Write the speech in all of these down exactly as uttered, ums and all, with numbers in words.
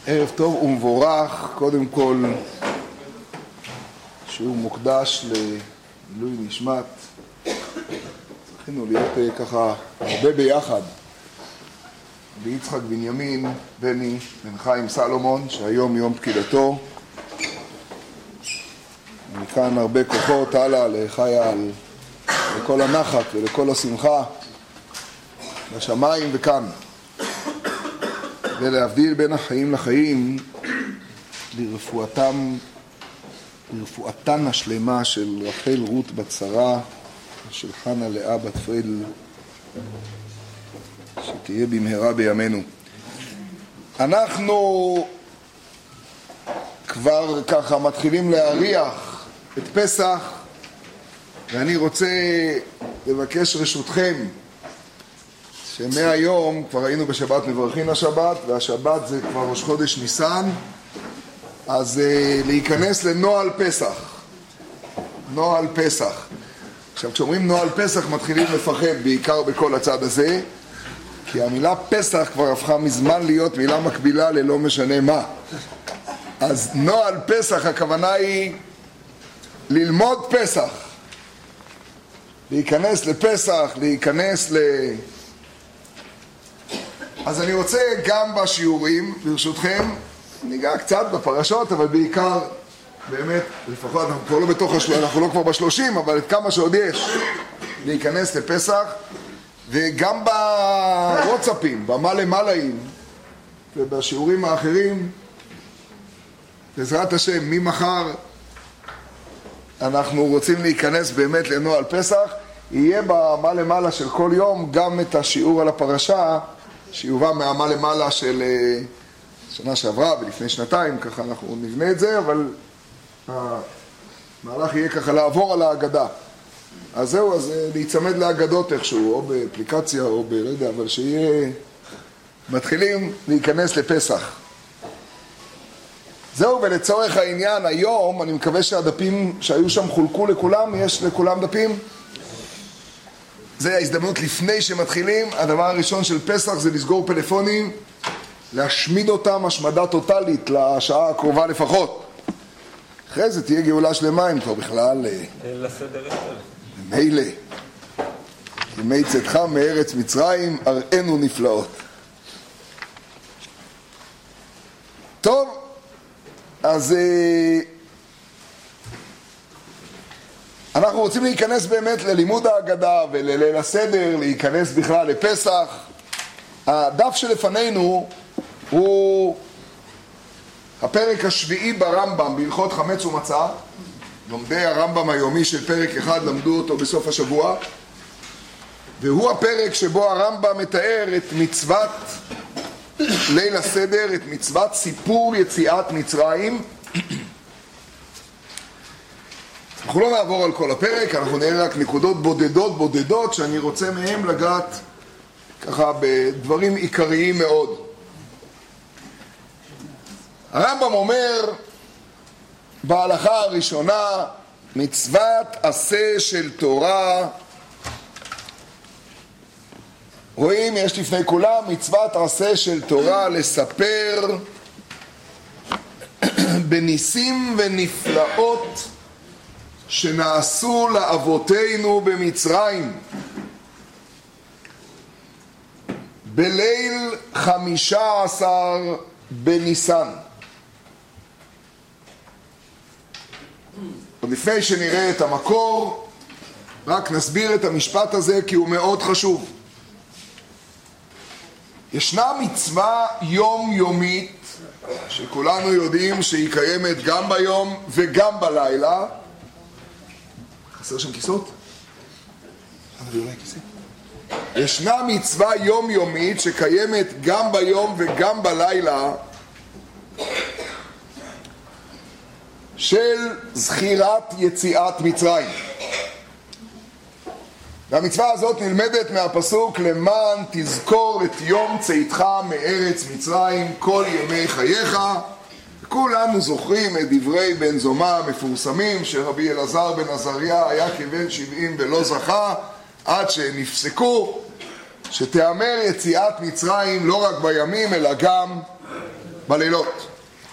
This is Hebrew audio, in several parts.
ערב טוב ומבורך. קודם כל שיעור מוקדש לעילוי נשמת. צריכים להיות ככה הרבה ביחד ביצחק בנימין בני בן חיים סלומון, שהיום יום פקידתו. מכאן הרבה כוחות הלאה לחייל, לכל הנחת ולכל השמחה בשמיים וכאן, ולהבדיל בין החיים לחיים לרפואתם, לרפואתן השלמה של רחל רות בת שרה, של חנה לאה בת פרידל, שתהיה במהרה בימינו. אנחנו כבר ככה מתחילים להריח את פסח, ואני רוצה לבקש רשותכם שמהיום, כבר היינו בשבת מברכין השבת, והשבת זה כבר ראש חודש ניסן, אז uh, להיכנס לנועל פסח. נועל פסח. עכשיו, כשאומרים נועל פסח מתחילים לפחד, בעיקר בכל הצד הזה, כי המילה פסח כבר הפכה מזמן להיות מילה מקבילה ללא משנה מה. אז נועל פסח הכוונה היא ללמוד פסח, להיכנס לפסח, להיכנס ל... אז אני רוצה גם בשיעורים, ברשותכם, ניגע קצת בפרשות, אבל בעיקר, באמת, לפחות אנחנו כבר לא בתוך השלושים, אנחנו לא כבר בשלושים, אבל את כמה שעוד יש, להיכנס לפסח, וגם בוואטסאפים, במה למעלאים, ובשיעורים האחרים, בעזרת השם, ממחר, אנחנו רוצים להיכנס באמת לנועל פסח. יהיה במה למעלה של כל יום גם את השיעור על הפרשה, שיובא מהמה למעלה של שנה שעברה ולפני שנתיים, ככה אנחנו נבנה את זה, אבל המהלך יהיה ככה לעבור על ההגדה. אז זהו, אז להיצמד להגדות איכשהו, או באפליקציה או ב... לא יודע, אבל שיהיה... מתחילים להיכנס לפסח. זהו, ולצורך העניין, היום, אני מקווה שהדפים שהיו שם חולקו לכולם, יש לכולם דפים? זה ההזדמנות לפני שמתחילים. הדבר הראשון של פסח זה לסגור פלאפונים, להשמיד אותם השמדה טוטלית לשעה הקרובה לפחות. אחרי זה תהיה גאולה שלמה, אם כבר בכלל... לסדר את זה. מילא. ימי צאתך מארץ מצרים, אראנו נפלאות. טוב, אז אנחנו רוצים להיכנס באמת ללימוד ההגדה ולליל הסדר, להיכנס בכלל לפסח. הדף שלפנינו הוא הפרק השביעי ברמב"ם, בהלכות חמץ ומצה. לומדי הרמב"ם היומי של פרק אחד למדו אותו בסוף השבוע, והוא הפרק שבו הרמב"ם מתאר את מצוות ליל הסדר, את מצוות סיפור יציאת מצרים. אנחנו לא נעבור על כל הפרק, אנחנו נראה רק נקודות בודדות בודדות שאני רוצה מהם לגעת ככה בדברים עיקריים מאוד. הרמב"ם אומר בהלכה הראשונה, מצוות עשה של תורה, רואים, יש לפני כולם, מצוות עשה של תורה לספר בניסים ונפלאות שנעשו לאבותינו במצרים בליל חמישה עשר בניסן. עוד לפני שנראה את המקור, רק נסביר את המשפט הזה כי הוא מאוד חשוב. ישנה מצווה יומיומית שכולנו יודעים שהיא קיימת גם ביום וגם בלילה. חסר שם כיסות? ישנה מצווה יומיומית שקיימת גם ביום וגם בלילה של זכירת יציאת מצרים. והמצווה הזאת נלמדת מהפסוק למען תזכור את יום צאתך מארץ מצרים כל ימי חייך. כולנו זוכרים את דברי בן זומא המפורסמים שרבי אלעזר בן עזריה היה כבן שבעים ולא זכה עד שנפסקו שתאמר יציאת מצרים לא רק בימים אלא גם בלילות.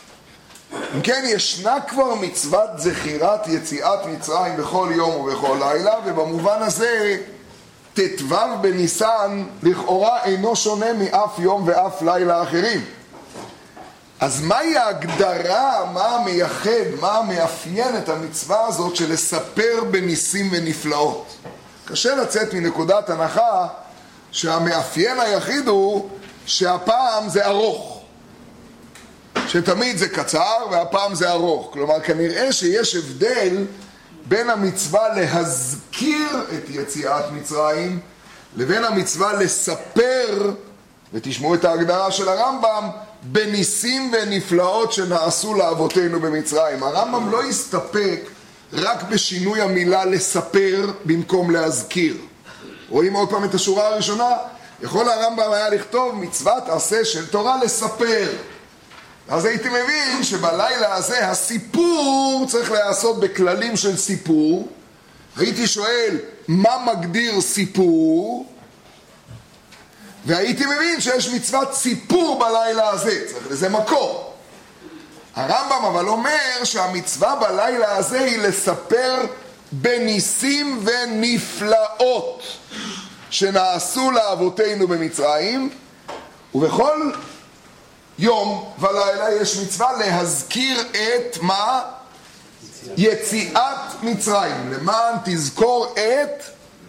אם כן, ישנה כבר מצוות זכירת יציאת מצרים בכל יום ובכל לילה, ובמובן הזה תתו בניסן לכאורה אינו שונה מאף יום ואף לילה אחרים. אז מהי ההגדרה, מה המייחד, מה המאפיין את המצווה הזאת של לספר בניסים ונפלאות? קשה לצאת מנקודת הנחה שהמאפיין היחיד הוא שהפעם זה ארוך, שתמיד זה קצר והפעם זה ארוך. כלומר, כנראה שיש הבדל בין המצווה להזכיר את יציאת מצרים לבין המצווה לספר, ותשמעו את ההגדרה של הרמב"ם, בניסים ונפלאות שנעשו לאבותינו במצרים. הרמב"ם לא הסתפק רק בשינוי המילה לספר במקום להזכיר. רואים עוד פעם את השורה הראשונה? יכול הרמב"ם היה לכתוב מצוות עשה של תורה לספר. אז הייתי מבין שבלילה הזה הסיפור צריך להיעשות בכללים של סיפור. הייתי שואל מה מגדיר סיפור, והייתי מבין שיש מצוות סיפור בלילה הזה, צריך לזה מקור. הרמב"ם אבל אומר שהמצווה בלילה הזה היא לספר בניסים ונפלאות שנעשו לאבותינו במצרים, ובכל יום ולילה יש מצווה להזכיר את מה? יציאת מצרים, למען תזכור את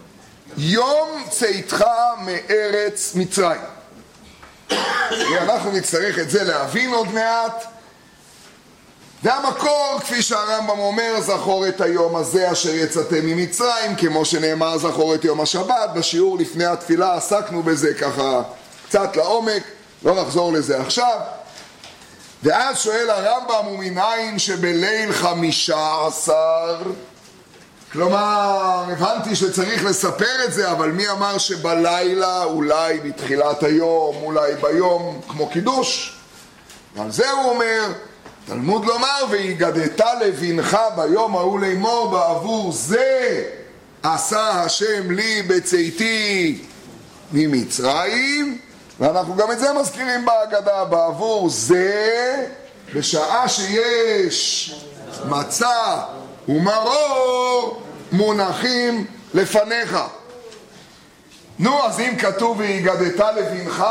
יום צאתך מארץ מצרים. אנחנו נצטרך את זה להבין עוד מעט. והמקור, כפי שהרמב"ם אומר, זכור את היום הזה אשר יצאתם ממצרים, כמו שנאמר זכור את יום השבת. בשיעור לפני התפילה עסקנו בזה ככה קצת לעומק, לא נחזור לזה עכשיו. ואז שואל הרמב"ם, ומנין שבליל חמישה עשר, כלומר, הבנתי שצריך לספר את זה, אבל מי אמר שבלילה, אולי בתחילת היום, אולי ביום, כמו קידוש? ועל זה הוא אומר, תלמוד לומר, והיגדת לבנך ביום ההוא לאמור, בעבור זה עשה השם לי בצאתי ממצרים, ואנחנו גם את זה מזכירים בהגדה, בעבור זה, בשעה שיש מצה ומרור מונחים לפניך. נו, אז אם כתוב והיגדת לבנך,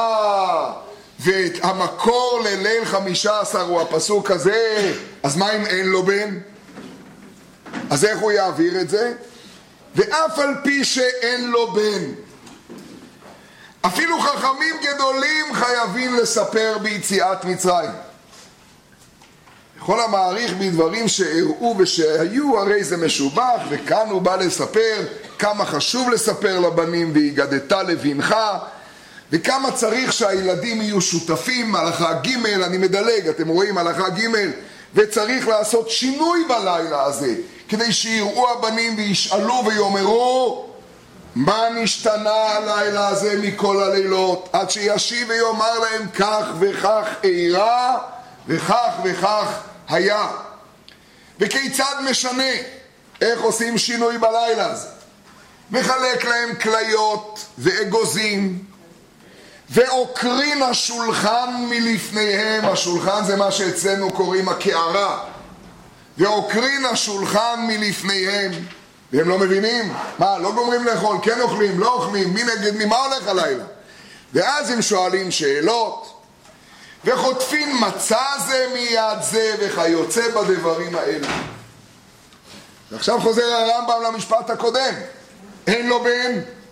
והמקור לליל חמישה עשר הוא הפסוק הזה, אז מה אם אין לו בן? אז איך הוא יעביר את זה? ואף על פי שאין לו בן, אפילו חכמים גדולים חייבים לספר ביציאת מצרים. כל המעריך בדברים שהראו ושהיו, הרי זה משובח, וכאן הוא בא לספר כמה חשוב לספר לבנים והיגדת לבנך, וכמה צריך שהילדים יהיו שותפים. הלכה ג', אני מדלג, אתם רואים הלכה ג', וצריך לעשות שינוי בלילה הזה, כדי שיראו הבנים וישאלו ויאמרו, מה נשתנה הלילה הזה מכל הלילות, עד שישיב ויאמר להם כך וכך אירע וכך וכך היה. וכיצד משנה? איך עושים שינוי בלילה הזה? מחלק להם כליות ואגוזים, ועוקרין השולחן מלפניהם. השולחן זה מה שאצלנו קוראים הקערה. ועוקרין השולחן מלפניהם, והם לא מבינים. מה, לא גומרים לאכול? כן אוכלים, לא אוכלים, מי נגד מי? מה הולך הלילה? ואז הם שואלים שאלות, וחוטפין מצה זה מיד זה, וכיוצא בדברים האלה. ועכשיו חוזר הרמב"ם למשפט הקודם. אין לו בן,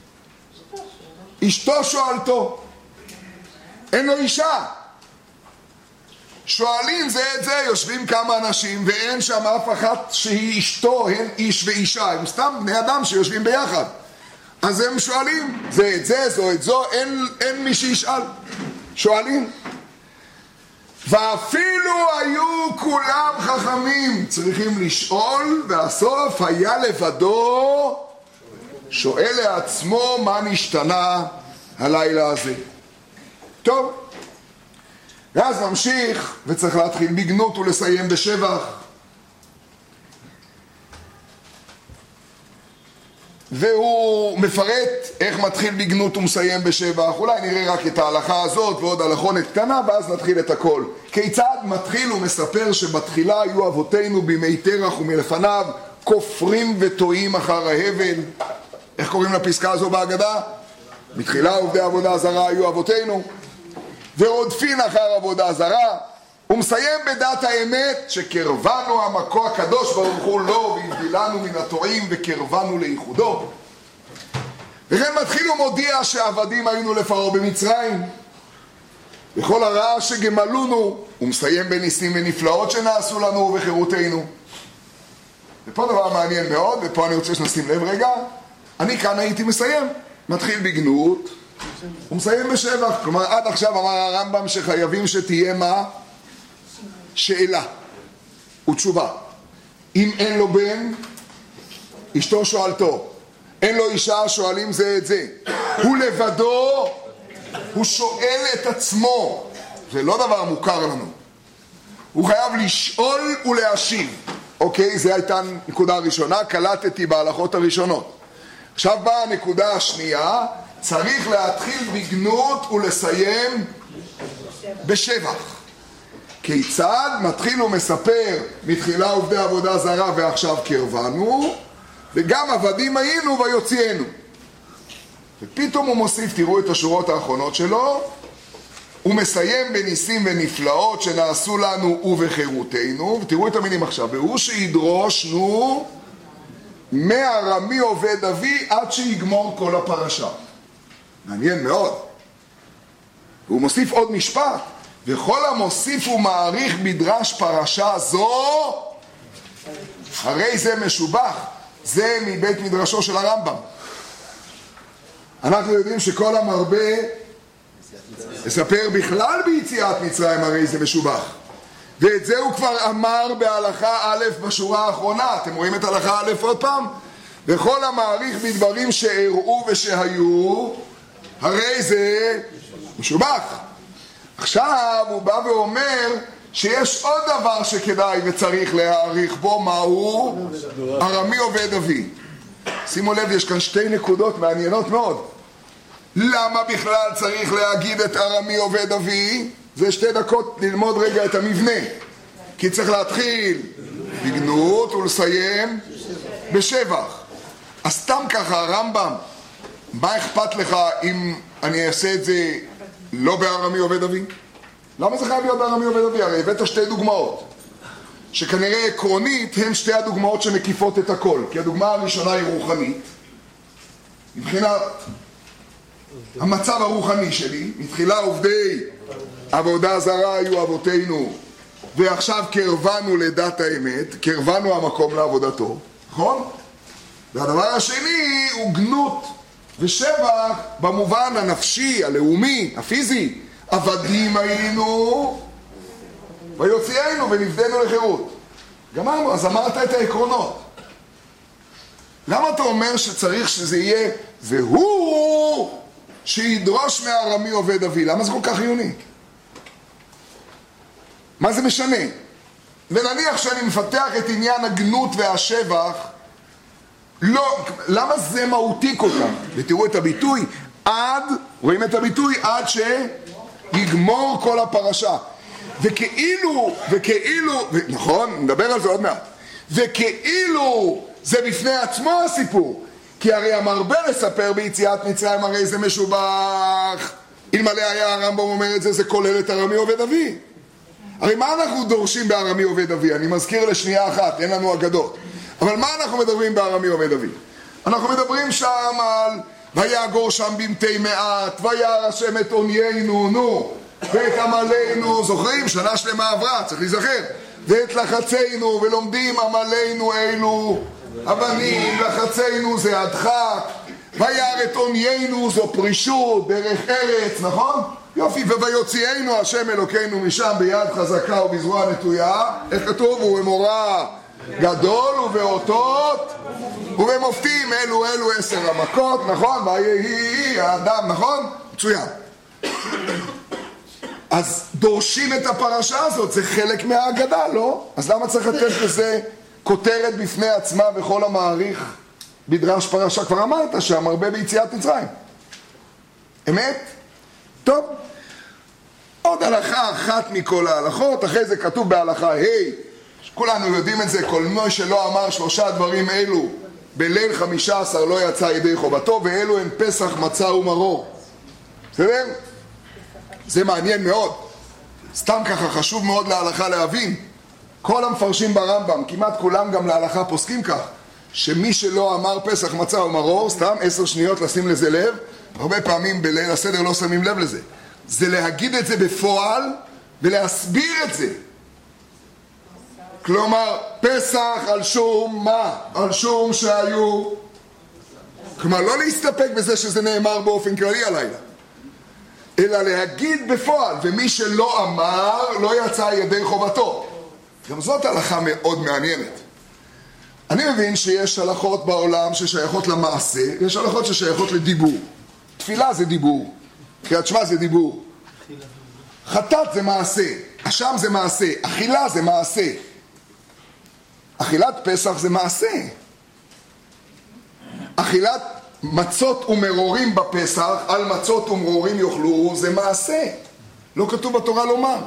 אשתו שואלתו, אין לו אישה. שואלים זה את זה, יושבים כמה אנשים ואין שם אף אחת שהיא אשתו, הן איש ואישה, הם סתם בני אדם שיושבים ביחד. אז הם שואלים זה את זה, זו את זו, אין, אין מי שישאל. שואלים. ואפילו היו כולם חכמים צריכים לשאול, והסוף היה לבדו שואל לעצמו מה נשתנה הלילה הזה. טוב, ואז נמשיך, וצריך להתחיל בגנות ולסיים בשבח. והוא מפרט איך מתחיל בגנות ומסיים בשבח. אולי נראה רק את ההלכה הזאת ועוד הלכונת קטנה, ואז נתחיל את הכל. כיצד מתחיל ומספר שבתחילה היו אבותינו בימי תרח ומלפניו כופרים וטועים אחר ההבל. איך קוראים לפסקה הזו בהגדה? בתחילה עובדי עבודה זרה היו אבותינו, ורודפין אחר עבודה זרה. הוא מסיים בדת האמת שקרבנו המקום הקדוש ברוך הוא לו והבדילנו מן הטועים וקרבנו לייחודו. וכן מתחיל ומודיע שעבדים היינו לפרעה במצרים וכל הרעה שגמלונו. הוא מסיים בניסים ונפלאות שנעשו לנו ובחירותנו. ופה דבר מעניין מאוד, ופה אני רוצה שנשים לב רגע. אני כאן הייתי מסיים, מתחיל בגנות הוא מסיים בשבח. כלומר עד עכשיו אמר הרמב"ם שחייבים שתהיה מה? שאלה ותשובה. אם אין לו בן, אשתו שואלתו. אין לו אישה, שואלים זה את זה. הוא לבדו, הוא שואל את עצמו. זה לא דבר מוכר לנו. הוא חייב לשאול ולהשיב. אוקיי, זו הייתה נקודה ראשונה, קלטתי בהלכות הראשונות. עכשיו באה הנקודה השנייה, צריך להתחיל בגנות ולסיים בשבח. כיצד? מתחיל ומספר מתחילה עובדי עבודה זרה ועכשיו קרבנו, וגם עבדים היינו ויוציאנו. ופתאום הוא מוסיף, תראו את השורות האחרונות שלו, הוא מסיים בניסים ונפלאות שנעשו לנו ובחירותנו, ותראו את המילים עכשיו, והוא שידרושנו מארמי עובד אבי עד שיגמור כל הפרשה. מעניין מאוד. והוא מוסיף עוד משפט, וכל המוסיף ומעריך בדרש פרשה זו, הרי זה משובח. זה מבית מדרשו של הרמב"ם. אנחנו יודעים שכל המרבה לספר בכלל ביציאת מצרים הרי זה משובח. ואת זה הוא כבר אמר בהלכה א' בשורה האחרונה. אתם רואים את הלכה א' עוד פעם? וכל המעריך בדברים שאירעו ושהיו, הרי זה משובח. עכשיו הוא בא ואומר שיש עוד דבר שכדאי וצריך להעריך בו, מהו? ארמי עובד אבי. שימו לב, יש כאן שתי נקודות מעניינות מאוד. למה בכלל צריך להגיד את ארמי עובד אבי? זה שתי דקות ללמוד רגע את המבנה. כי צריך להתחיל בגנות ולסיים בשבח. אז סתם ככה הרמב"ם, מה אכפת לך אם אני אעשה את זה לא בארמי עובד אבי? למה זה חייב להיות בארמי עובד אבי? הרי הבאת שתי דוגמאות שכנראה עקרונית הן שתי הדוגמאות שמקיפות את הכל. כי הדוגמה הראשונה היא רוחנית מבחינת המצב הרוחני שלי. מתחילה עובדי עבודה זרה היו אבותינו ועכשיו קרבנו לדת האמת, קרבנו המקום לעבודתו, נכון? והדבר השני הוא גנות ושבח במובן הנפשי, הלאומי, הפיזי. עבדים היינו ויוציאנו ונפדנו לחירות. גמרנו, אז אמרת את העקרונות. למה אתה אומר שצריך שזה יהיה והוא שידרוש מהארמי עובד אבי? למה זה כל כך חיוני? מה זה משנה? ונניח שאני מפתח את עניין הגנות והשבח, לא, למה זה מהותי כל כך? ותראו את הביטוי, עד, רואים את הביטוי, עד שיגמור כל הפרשה. וכאילו, וכאילו, ו, נכון, נדבר על זה עוד מעט. וכאילו זה בפני עצמו הסיפור. כי הרי המרבה לספר ביציאת מצרים הרי זה משובח. אלמלא היה הרמב"ם אומר את זה, זה כולל את ארמי עובד אבי. הרי מה אנחנו דורשים בארמי עובד אבי? אני מזכיר לשנייה אחת, אין לנו אגדות. אבל מה אנחנו מדברים בארמי עובד אבי? אנחנו מדברים שם על ויגור שם במתי מעט, וירא השם את עוניינו, נו, ואת עמלנו, זוכרים? שנה שלמה עברה, צריך להיזכר. ואת לחצינו, ולומדים עמלנו אלו הבנים, לחצינו זה הדחק, וירא את עוניינו זו פרישות, דרך ארץ, נכון? יופי, ויוציאנו השם אלוקינו משם ביד חזקה ובזרוע נטויה. איך כתוב? ובמורא גדול ובאותות ובמופתים. אלו אלו עשר המכות, נכון? ויהי האדם, נכון? מצוין. אז דורשים את הפרשה הזאת, זה חלק מהאגדה, לא? אז למה צריך לתת לזה כותרת בפני עצמה וכל המעריך בדרש פרשה כבר אמרת שהמרבה ביציאת מצרים. אמת? טוב. עוד הלכה אחת מכל ההלכות, אחרי זה כתוב בהלכה ה', כולנו יודעים את זה, כל מי שלא אמר שלושה דברים אלו בליל חמישה עשר לא יצא ידי חובתו, ואלו הם פסח, מצה ומרור. בסדר? זה מעניין מאוד. סתם ככה חשוב מאוד להלכה להבין. כל המפרשים ברמב"ם, כמעט כולם גם להלכה פוסקים כך, שמי שלא אמר פסח, מצה ומרור, סתם עשר שניות לשים לזה לב, הרבה פעמים בליל הסדר לא שמים לב לזה. זה להגיד את זה בפועל ולהסביר את זה. כלומר, פסח על שום מה? על שום שהיו. כלומר, לא להסתפק בזה שזה נאמר באופן כללי הלילה, אלא להגיד בפועל, ומי שלא אמר לא יצא ידי חובתו. גם זאת הלכה מאוד מעניינת. אני מבין שיש הלכות בעולם ששייכות למעשה, ויש הלכות ששייכות לדיבור. תפילה זה דיבור, קריאת שמע זה דיבור, חטאת זה מעשה, אשם זה מעשה, אכילה זה מעשה. אכילת פסח זה מעשה. אכילת מצות ומרורים בפסח, על מצות ומרורים יאכלו, זה מעשה. לא כתוב בתורה לומר.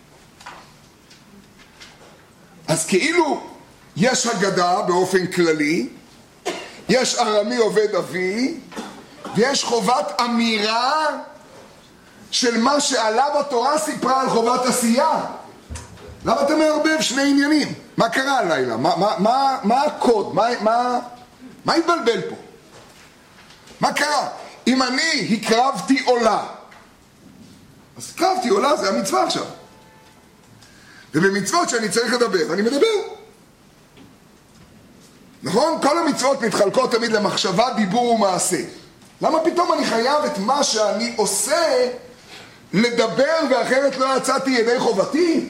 אז כאילו יש הגדה באופן כללי, יש ארמי עובד אבי, ויש חובת אמירה של מה שעלה בתורה סיפרה על חובת עשייה. למה אתה מערבב שני עניינים? מה קרה הלילה? מה, מה, מה, מה הקוד? מה, מה, מה התבלבל פה? מה קרה? אם אני הקרבתי עולה, אז הקרבתי עולה, זה המצווה עכשיו. ובמצוות שאני צריך לדבר, אני מדבר. נכון? כל המצוות מתחלקות תמיד למחשבה, דיבור ומעשה. למה פתאום אני חייב את מה שאני עושה לדבר ואחרת לא יצאתי ידי חובתי?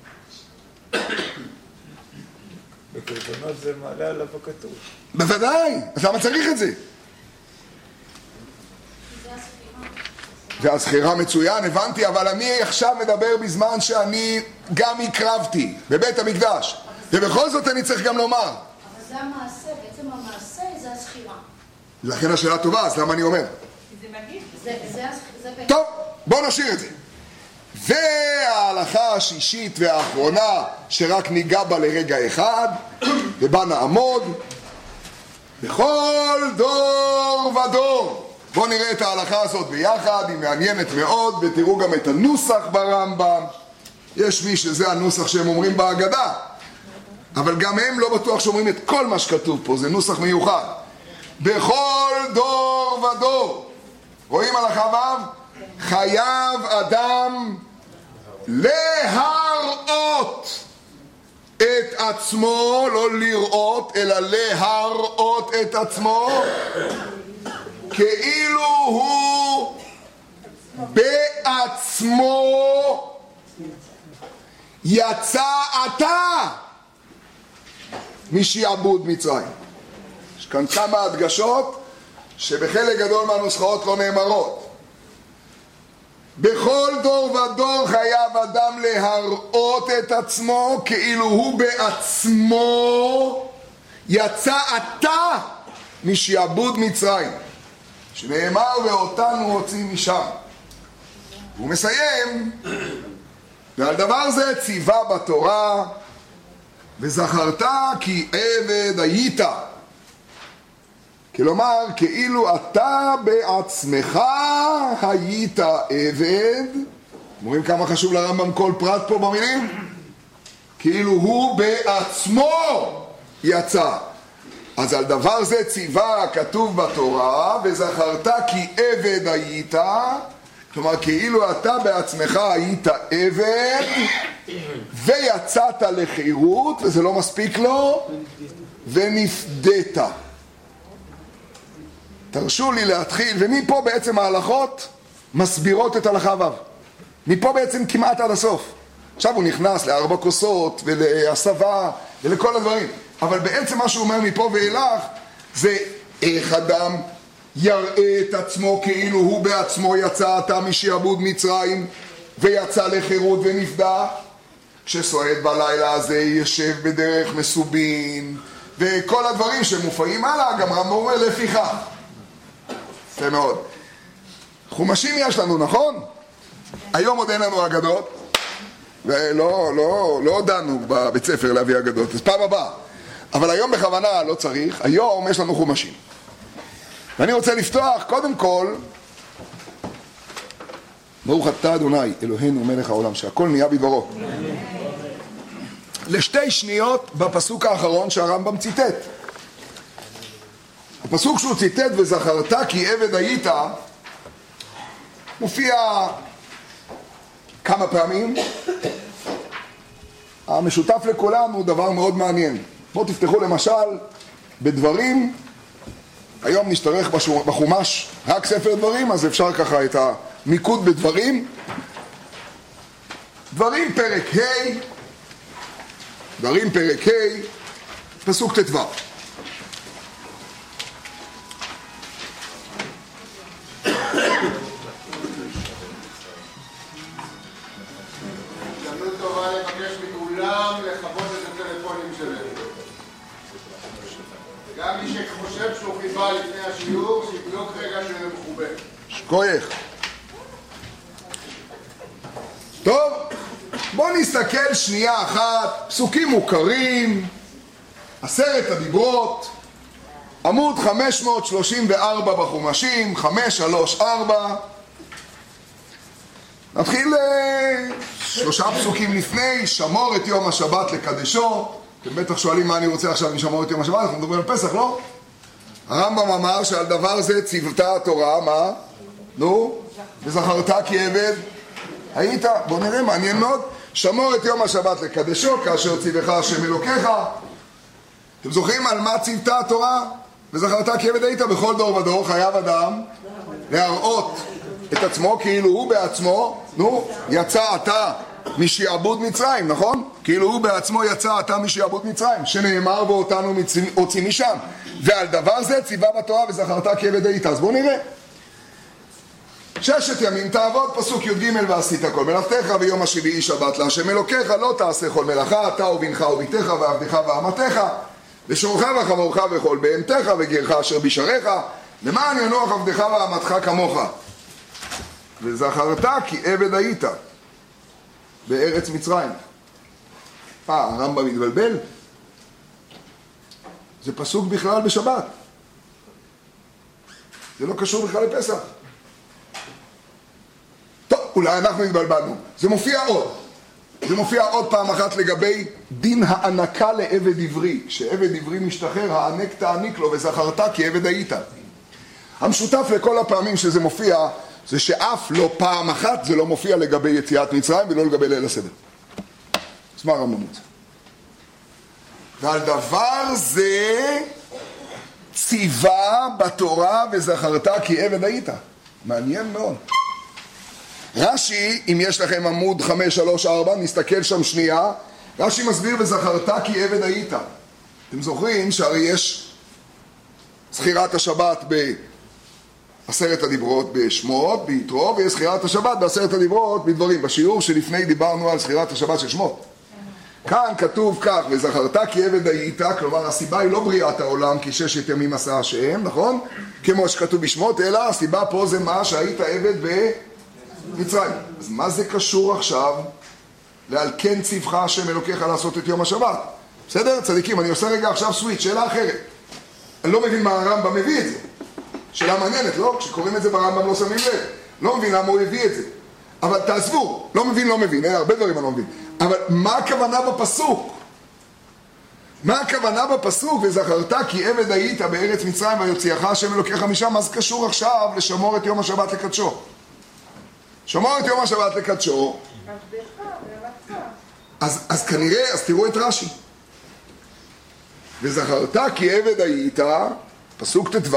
בקורבנות זה מעלה עליו הכתוב. בוודאי, אז למה צריך את זה? זה הזכירה מצוין, הבנתי, אבל אני עכשיו מדבר בזמן שאני גם הקרבתי בבית המקדש, ובכל זאת אני צריך גם לומר. אבל זה המעשה, בעצם המעשה זה הזכירה. לכן השאלה טובה, אז למה אני אומר? זה מגיד. זה, זה, זה בעצם. טוב, בואו נשאיר את זה. וההלכה השישית והאחרונה שרק ניגע בה לרגע אחד, ובה נעמוד, בכל דור ודור. בואו נראה את ההלכה הזאת ביחד, היא מעניינת מאוד, ותראו גם את הנוסח ברמב"ם. יש מי שזה הנוסח שהם אומרים בהגדה, אבל גם הם לא בטוח שאומרים את כל מה שכתוב פה, זה נוסח מיוחד. בכל דור ודור. רואים הלכה ו'? חייב אדם להראות את עצמו, לא לראות, אלא להראות את עצמו, כאילו הוא בעצמו יצא עתה משעבוד מצרים. יש כאן כמה הדגשות שבחלק גדול מהנוסחאות לא נאמרות. בכל דור ודור חייב אדם להראות את עצמו כאילו הוא בעצמו יצא עתה משעבוד מצרים, שנאמר ואותנו הוציא משם. הוא מסיים, ועל דבר זה ציווה בתורה, וזכרת כי עבד היית. כלומר, כאילו אתה בעצמך היית עבד. אומרים כמה חשוב לרמב"ם כל פרט פה במילים? כאילו הוא בעצמו יצא. אז על דבר זה ציווה כתוב בתורה, וזכרת כי עבד היית. כלומר, כאילו אתה בעצמך היית עבד, ויצאת לחירות, וזה לא מספיק לו, ונפדית. תרשו לי להתחיל, ומפה בעצם ההלכות מסבירות את הלכה ו'. מפה בעצם כמעט עד הסוף. עכשיו הוא נכנס לארבע כוסות ולהסבה ולכל הדברים. אבל בעצם מה שהוא אומר מפה ואילך זה איך אדם יראה את עצמו כאילו הוא בעצמו יצא עתה משעבוד מצרים ויצא לחירות ונפדה. כשסועד בלילה הזה ישב בדרך מסובין וכל הדברים שמופעים הלאה, גם רמב"ם אומר לפיכך. זה מאוד. חומשים יש לנו, נכון? היום עוד אין לנו אגדות, ולא לא, לא דנו בבית ספר להביא אגדות, אז פעם הבאה. אבל היום בכוונה לא צריך, היום יש לנו חומשים. ואני רוצה לפתוח, קודם כל, ברוך אתה אדוני, אלוהינו מלך העולם, שהכל נהיה בדברו. לשתי שניות בפסוק האחרון שהרמב"ם ציטט. הפסוק שהוא ציטט, וזכרת כי עבד היית, מופיע כמה פעמים. המשותף לכולם הוא דבר מאוד מעניין. בואו תפתחו למשל בדברים, היום נשתרך בחומש רק ספר דברים, אז אפשר ככה את המיקוד בדברים. דברים פרק ה', דברים פרק ה', פסוק ט"ו. הזדמנות טובה לבקש מכולם לכבות את הטלפונים שלהם. גם מי שחושב שהוא חיבה לפני השיעור, שיבדוק רגע שזה מחובר. שכוייך. טוב, בואו נסתכל שנייה אחת, פסוקים מוכרים, עשרת הדיברות, עמוד חמש מאות שלושים וארבע בחומשים, חמש שלוש ארבע. נתחיל שלושה פסוקים לפני, שמור את יום השבת לקדשו. אתם בטח שואלים מה אני רוצה עכשיו משמור את יום השבת, אנחנו מדברים על פסח, לא? הרמב"ם אמר שעל דבר זה ציוותה התורה, מה? נו, וזכרת כי עבד היית. בוא נראה, מעניין מאוד. שמור את יום השבת לקדשו, כאשר ציווך השם אלוקיך. אתם זוכרים על מה ציוותה התורה? וזכרת כי עבד היית. בכל דור ודור חייב אדם להראות את עצמו כאילו הוא בעצמו, נו, יצא עתה משעבוד מצרים, נכון? כאילו הוא בעצמו יצא עתה משעבוד מצרים, שנאמר ואותנו הוציא משם. ועל דבר זה ציווה בתורה וזכרת כי עבד היית. אז בואו נראה. ששת ימים תעבוד, פסוק י"ג, ועשית כל מלאכתך, ויום השביעי שבת להשם אלוקיך, לא תעשה כל מלאכה, אתה ובנך וביתך ועבדך ואמתך, ושורך וחמורך וכל בהמתך וגרך אשר בשעריך, למען ינוח עבדך ואמתך כמוך. וזכרת כי עבד היית בארץ מצרים. אה, הרמב"ם מתבלבל? זה פסוק בכלל בשבת. זה לא קשור בכלל לפסח. טוב, אולי אנחנו התבלבלנו. זה מופיע עוד. זה מופיע עוד פעם אחת לגבי דין הענקה לעבד עברי. כשעבד עברי משתחרר, הענק תעניק לו, וזכרת כי עבד היית. המשותף לכל הפעמים שזה מופיע, זה שאף לא פעם אחת זה לא מופיע לגבי יציאת מצרים ולא לגבי ליל הסדר. אז מה הרמב"ם רוצה? ועל דבר זה ציווה בתורה וזכרת כי עבד היית. מעניין מאוד. רש"י, אם יש לכם עמוד חמש שלוש ארבע, נסתכל שם שנייה. רש"י מסביר וזכרת כי עבד היית. אתם זוכרים שהרי יש זכירת השבת בעשרת הדיברות בשמות, ביתרו, ויש זכירת השבת בעשרת הדיברות בדברים. בשיעור שלפני דיברנו על זכירת השבת של שמות. כאן כתוב כך, וזכרת כי עבד היית, כלומר הסיבה היא לא בריאת העולם כי ששת ימים עשה השם, נכון? כמו שכתוב בשמות, אלא הסיבה פה זה מה שהיית עבד במצרים. אז מה זה קשור עכשיו לעל כן ציווך השם אלוקיך לעשות את יום השבת? בסדר? צדיקים, אני עושה רגע עכשיו סוויץ', שאלה אחרת. אני לא מבין מה הרמב"ם מביא את זה. שאלה מעניינת, לא? כשקוראים את זה ברמב"ם לא שמים לב. לא מבין למה הוא הביא את זה. אבל תעזבו, לא מבין, לא מבין, אין הרבה דברים אני לא מבין. אבל מה הכוונה בפסוק? מה הכוונה בפסוק? וזכרת כי עבד היית בארץ מצרים ויוציאך השם אלוקיך משם. מה זה קשור עכשיו לשמור את יום השבת לקדשו? שמור את יום השבת לקדשו. אז, אז כנראה, אז תראו את רש"י. וזכרת כי עבד היית, פסוק ט"ו,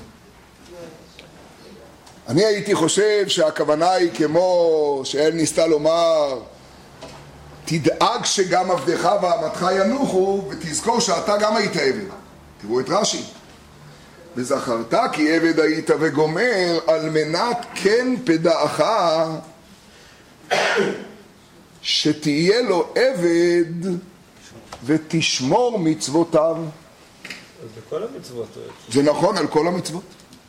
אני הייתי חושב שהכוונה היא כמו שאל ניסתה לומר, תדאג שגם עבדך ואמתך ינוחו ותזכור שאתה גם היית עבד. תראו את רש"י. וזכרת כי עבד היית וגומר על מנת כן פדעך שתהיה לו עבד ותשמור מצוותיו. אז בכל המצוות. זה נכון, על כל המצוות.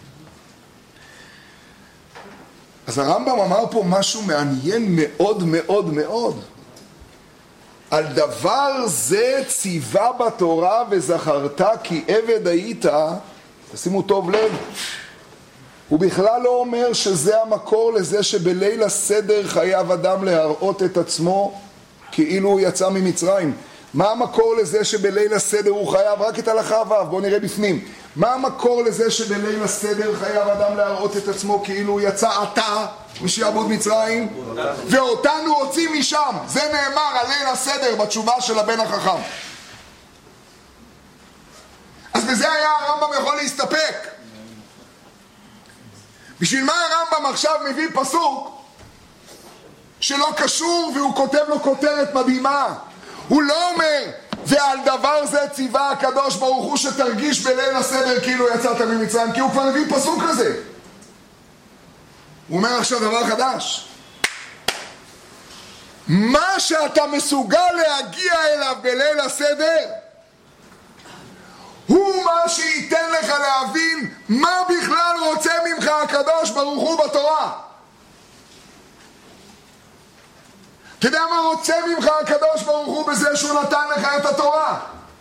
אז הרמב"ם אמר פה משהו מעניין מאוד מאוד מאוד. על דבר זה ציווה בתורה וזכרת כי עבד היית, תשימו טוב לב, הוא בכלל לא אומר שזה המקור לזה שבליל הסדר חייב אדם להראות את עצמו כאילו הוא יצא ממצרים. מה המקור לזה שבליל הסדר הוא חייב? רק את הלכה ו', בואו נראה בפנים. מה המקור לזה שבליל הסדר חייב אדם להראות את עצמו כאילו הוא יצא עתה משעבוד מצרים? ואותנו הוציא משם. זה נאמר על ליל הסדר בתשובה של הבן החכם. אז בזה היה הרמב"ם יכול להסתפק. בשביל מה הרמב"ם עכשיו מביא פסוק שלא קשור והוא כותב לו כותרת מדהימה? הוא לא אומר ועל דבר זה ציווה הקדוש ברוך הוא שתרגיש בליל הסדר כאילו יצאת ממצרים, כי הוא כבר מביא פסוק כזה. הוא אומר עכשיו דבר חדש. מה שאתה מסוגל להגיע אליו בליל הסדר הוא מה שייתן לך להבין מה בכלל רוצה ממך הקדוש ברוך הוא בתורה. אתה יודע מה רוצה ממך הקדוש ברוך הוא בזה שהוא נתן לך את התורה?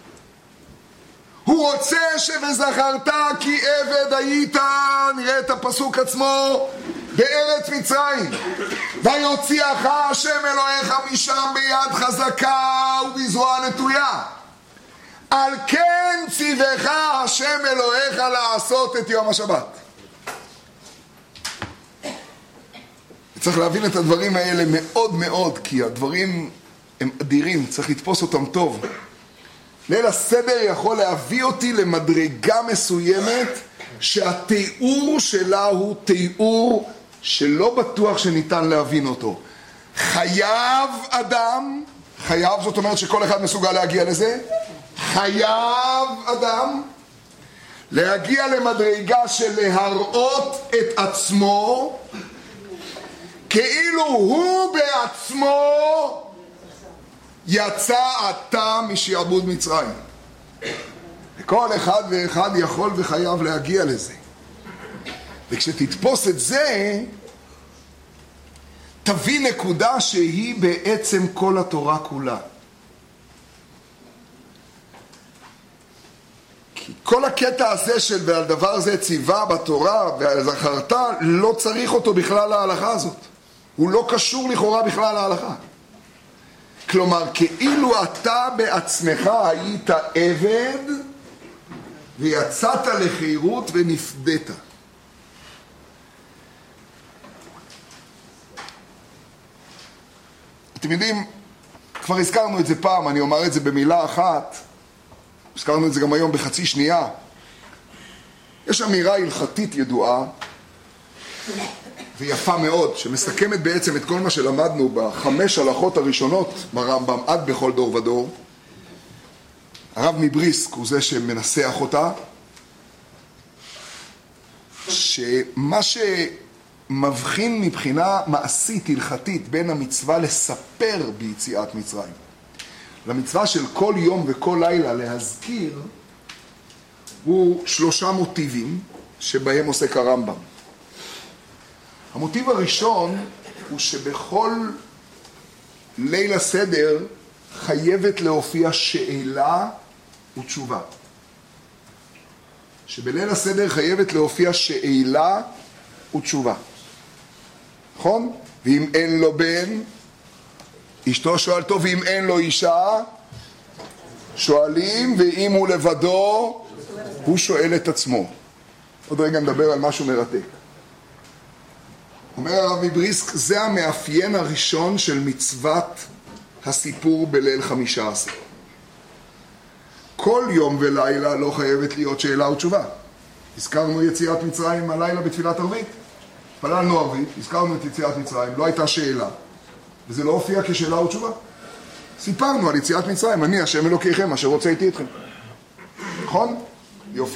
הוא רוצה שבזכרת כי עבד היית, נראה את הפסוק עצמו, בארץ מצרים. ויוציאך השם אלוהיך משם ביד חזקה ובזרוע נטויה. על כן ציווך השם אלוהיך לעשות את יום השבת. צריך להבין את הדברים האלה מאוד מאוד, כי הדברים הם אדירים, צריך לתפוס אותם טוב. ליל הסדר יכול להביא אותי למדרגה מסוימת שהתיאור שלה הוא תיאור שלא בטוח שניתן להבין אותו. חייב אדם, חייב זאת אומרת שכל אחד מסוגל להגיע לזה, חייב אדם להגיע למדרגה של להראות את עצמו כאילו הוא בעצמו יצא עתה משעבוד מצרים. וכל אחד ואחד יכול וחייב להגיע לזה. וכשתתפוס את זה, תביא נקודה שהיא בעצם כל התורה כולה. כי כל הקטע הזה של ועל דבר זה ציווה בתורה ועל זכרת, לא צריך אותו בכלל להלכה הזאת. הוא לא קשור לכאורה בכלל להלכה. כלומר, כאילו אתה בעצמך היית עבד ויצאת לחירות ונפדית. אתם יודעים, כבר הזכרנו את זה פעם, אני אומר את זה במילה אחת, הזכרנו את זה גם היום בחצי שנייה. יש אמירה הלכתית ידועה ויפה מאוד, שמסכמת בעצם את כל מה שלמדנו בחמש הלכות הראשונות ברמב"ם עד בכל דור ודור. הרב מבריסק הוא זה שמנסח אותה, שמה שמבחין מבחינה מעשית הלכתית בין המצווה לספר ביציאת מצרים למצווה של כל יום וכל לילה להזכיר, הוא שלושה מוטיבים שבהם עוסק הרמב"ם. המוטיב הראשון הוא שבכל ליל הסדר חייבת להופיע שאלה ותשובה. שבליל הסדר חייבת להופיע שאלה ותשובה. נכון? ואם אין לו בן, אשתו שואלתו, ואם אין לו אישה, שואלים, ואם הוא לבדו, הוא שואל את עצמו. עוד רגע נדבר על משהו מרתק. אומר הרב מבריסק, זה המאפיין הראשון של מצוות הסיפור בליל חמישה עשר. כל יום ולילה לא חייבת להיות שאלה ותשובה. הזכרנו יציאת מצרים הלילה בתפילת ערבית. פללנו ערבית, הזכרנו את יציאת מצרים, לא הייתה שאלה. וזה לא הופיע כשאלה ותשובה. סיפרנו על יציאת מצרים, אני השם אלוקיכם, אשר רוצה איתי אתכם. נכון? יופי.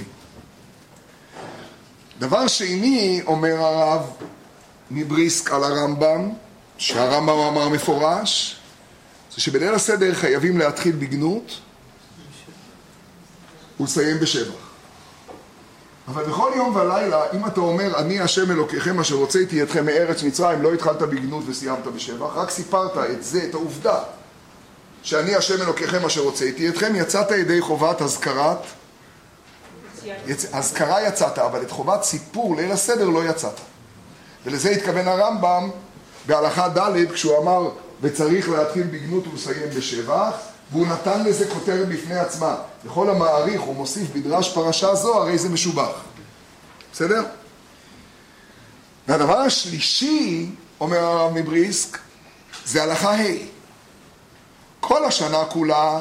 דבר שני, אומר הרב מבריסק על הרמב"ם, שהרמב"ם אמר מפורש, זה שבליל הסדר חייבים להתחיל בגנות ולסיים בשבח. אבל בכל יום ולילה, אם אתה אומר, אני השם אלוקיכם אשר הוצאתי אתכם מארץ מצרים, לא התחלת בגנות וסיימת בשבח, רק סיפרת את זה, את העובדה, שאני השם אלוקיכם אשר הוצאתי אתכם, יצאת ידי חובת הזכרת, יצ... הזכרה יצאת, אבל את חובת סיפור, ליל הסדר לא יצאת. ולזה התכוון הרמב"ם בהלכה ד' כשהוא אמר, וצריך להתחיל בגנות ולסיים בשבח, והוא נתן לזה כותרת בפני עצמה. לכל המעריך הוא מוסיף בדרש פרשה זו, הרי זה משובח. בסדר? והדבר השלישי, אומר הרב מבריסק, זה הלכה ה'. כל השנה כולה,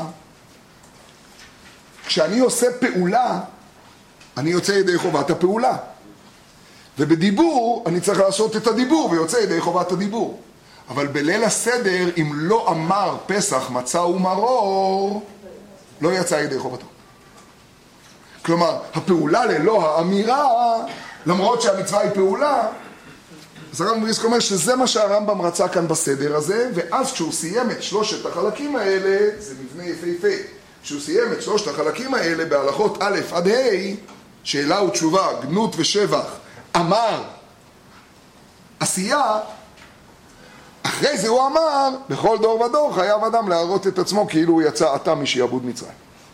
כשאני עושה פעולה, אני יוצא ידי חובת הפעולה. ובדיבור אני צריך לעשות את הדיבור ויוצא ידי חובת הדיבור. אבל בליל הסדר, אם לא אמר פסח מצה ומרור, לא יצא ידי חובתו. כלומר, הפעולה ללא האמירה, למרות שהמצווה היא פעולה, אז הרב מבריסק אומר שזה מה שהרמב"ם רצה כאן בסדר הזה, ואז כשהוא סיים את שלושת החלקים האלה, זה מבנה יפהפה, כשהוא סיים את שלושת החלקים האלה בהלכות א' עד ה', שאלה ותשובה, גנות ושבח, אמר, עשייה, אחרי זה הוא אמר, בכל דור ודור חייב אדם להראות את עצמו כאילו הוא יצא עתה משעבוד מצרים.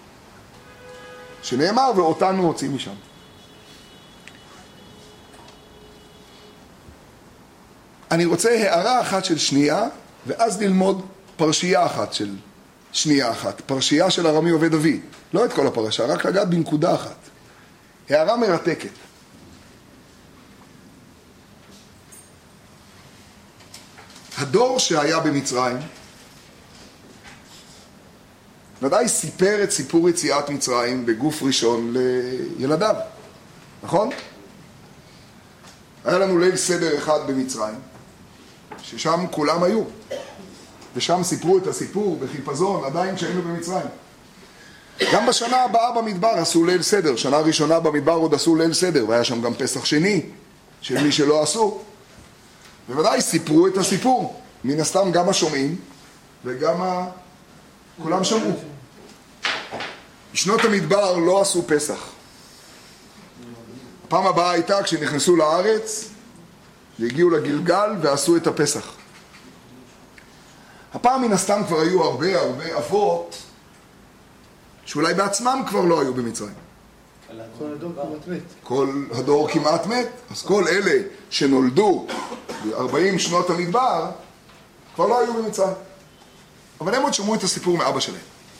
שנאמר, ואותנו הוציא משם. אני רוצה הערה אחת של שנייה, ואז ללמוד פרשייה אחת של שנייה אחת. פרשייה של ארמי עובד אבי. לא את כל הפרשה, רק לגעת בנקודה אחת. הערה מרתקת. הדור שהיה במצרים, ודאי סיפר את סיפור יציאת מצרים בגוף ראשון לילדיו, נכון? היה לנו ליל סדר אחד במצרים, ששם כולם היו, ושם סיפרו את הסיפור בחיפזון, עדיין כשהיינו במצרים. גם בשנה הבאה במדבר עשו ליל סדר, שנה ראשונה במדבר עוד עשו ליל סדר, והיה שם גם פסח שני, של מי שלא עשו. בוודאי סיפרו את הסיפור, מן הסתם גם השומעים וגם ה... כולם שמעו. בשנות המדבר לא עשו פסח. הפעם הבאה הייתה כשנכנסו לארץ והגיעו לגלגל ועשו את הפסח. הפעם מן הסתם כבר היו הרבה הרבה אבות שאולי בעצמם כבר לא היו במצרים. כל הדור כמעט מת. כל הדור כמעט מת. אז כל אלה שנולדו ב-ארבעים שנות המדבר כבר לא היו במצרים. אבל הם עוד שמעו את הסיפור מאבא שלהם.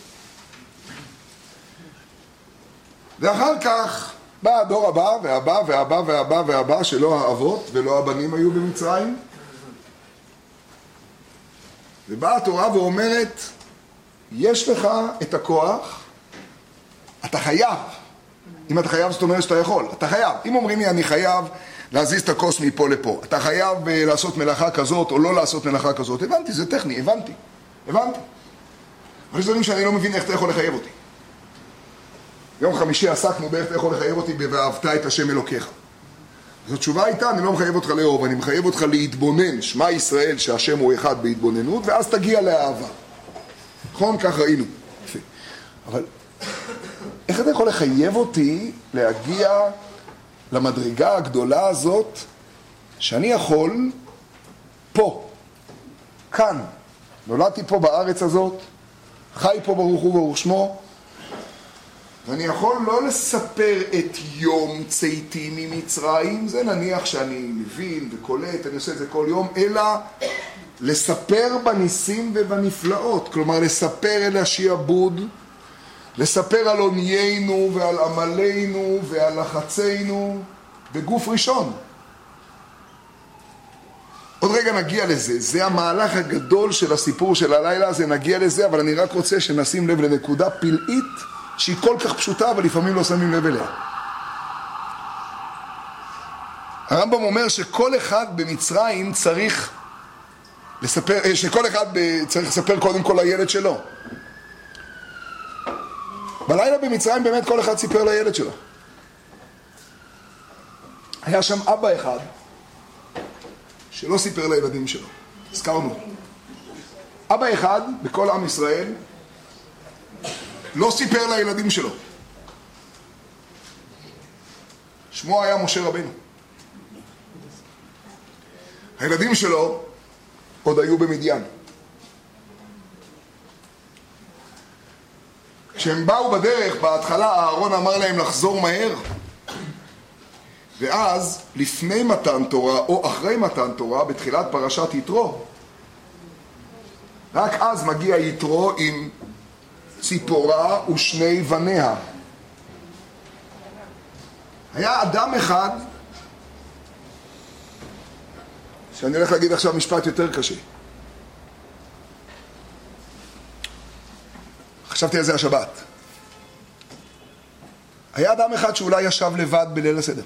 ואחר כך בא הדור הבא והבא והבא והבא והבא שלא האבות ולא הבנים היו במצרים. ובאה התורה ואומרת, יש לך את הכוח, אתה חייב. אם אתה חייב, זאת אומרת שאתה יכול. אתה חייב. אם אומרים לי, אני חייב להזיז את הכוס מפה לפה. אתה חייב לעשות מלאכה כזאת או לא לעשות מלאכה כזאת. הבנתי, זה טכני, הבנתי. הבנתי. אבל יש דברים שאני לא מבין איך אתה יכול לחייב אותי. יום חמישי עסקנו באיך אתה יכול לחייב אותי ב"ואהבת את השם אלוקיך". אז התשובה הייתה, אני לא מחייב אותך לאהוב, אני מחייב אותך להתבונן, שמע ישראל שהשם הוא אחד בהתבוננות, ואז תגיע לאהבה. נכון? כך ראינו. יפה. אבל איך אתה יכול לחייב אותי להגיע למדרגה הגדולה הזאת שאני יכול פה, כאן, נולדתי פה בארץ הזאת, חי פה ברוך הוא ברוך שמו, ואני יכול לא לספר את יום צאתי ממצרים, זה נניח שאני מבין וקולט, אני עושה את זה כל יום, אלא לספר בניסים ובנפלאות, כלומר לספר אל השעבוד, לספר על עוניינו ועל עמלנו ועל לחצינו בגוף ראשון. עוד רגע נגיע לזה, זה המהלך הגדול של הסיפור של הלילה הזה, נגיע לזה, אבל אני רק רוצה שנשים לב לנקודה פלאית שהיא כל כך פשוטה, אבל לפעמים לא שמים לב אליה. הרמב"ם אומר שכל אחד במצרים צריך לספר, שכל אחד צריך לספר קודם כל לילד שלו. בלילה במצרים באמת כל אחד סיפר לילד שלו. היה שם אבא אחד שלא סיפר לילדים שלו. הזכרנו. אבא אחד בכל עם ישראל לא סיפר לילדים שלו. שמו היה משה רבנו. הילדים שלו עוד היו במדיין. כשהם באו בדרך, בהתחלה אהרון אמר להם לחזור מהר. ואז, לפני מתן תורה או אחרי מתן תורה, בתחילת פרשת יתרו, רק אז מגיע יתרו עם ציפורה ושני בניה. היה אדם אחד, שאני הולך להגיד עכשיו משפט יותר קשה. חשבתי על זה השבת. היה אדם אחד שאולי ישב לבד בליל הסדר.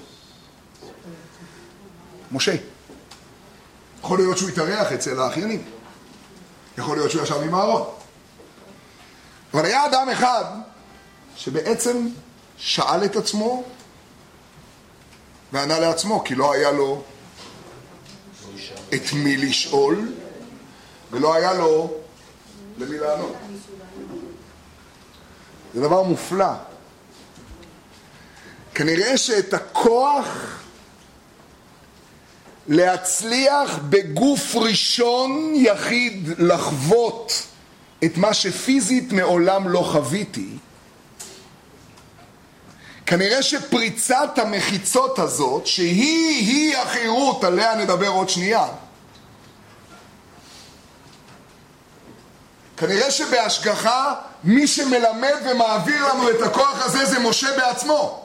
משה. יכול להיות שהוא התארח אצל האחיינים. יכול להיות שהוא ישב עם אהרון. אבל היה אדם אחד שבעצם שאל את עצמו וענה לעצמו, כי לא היה לו את מי לשאול ולא היה לו למי לענות. זה דבר מופלא. כנראה שאת הכוח להצליח בגוף ראשון יחיד לחוות את מה שפיזית מעולם לא חוויתי, כנראה שפריצת המחיצות הזאת, שהיא-היא החירות עליה נדבר עוד שנייה, כנראה שבהשגחה מי שמלמד ומעביר לנו את הכוח הזה זה משה בעצמו.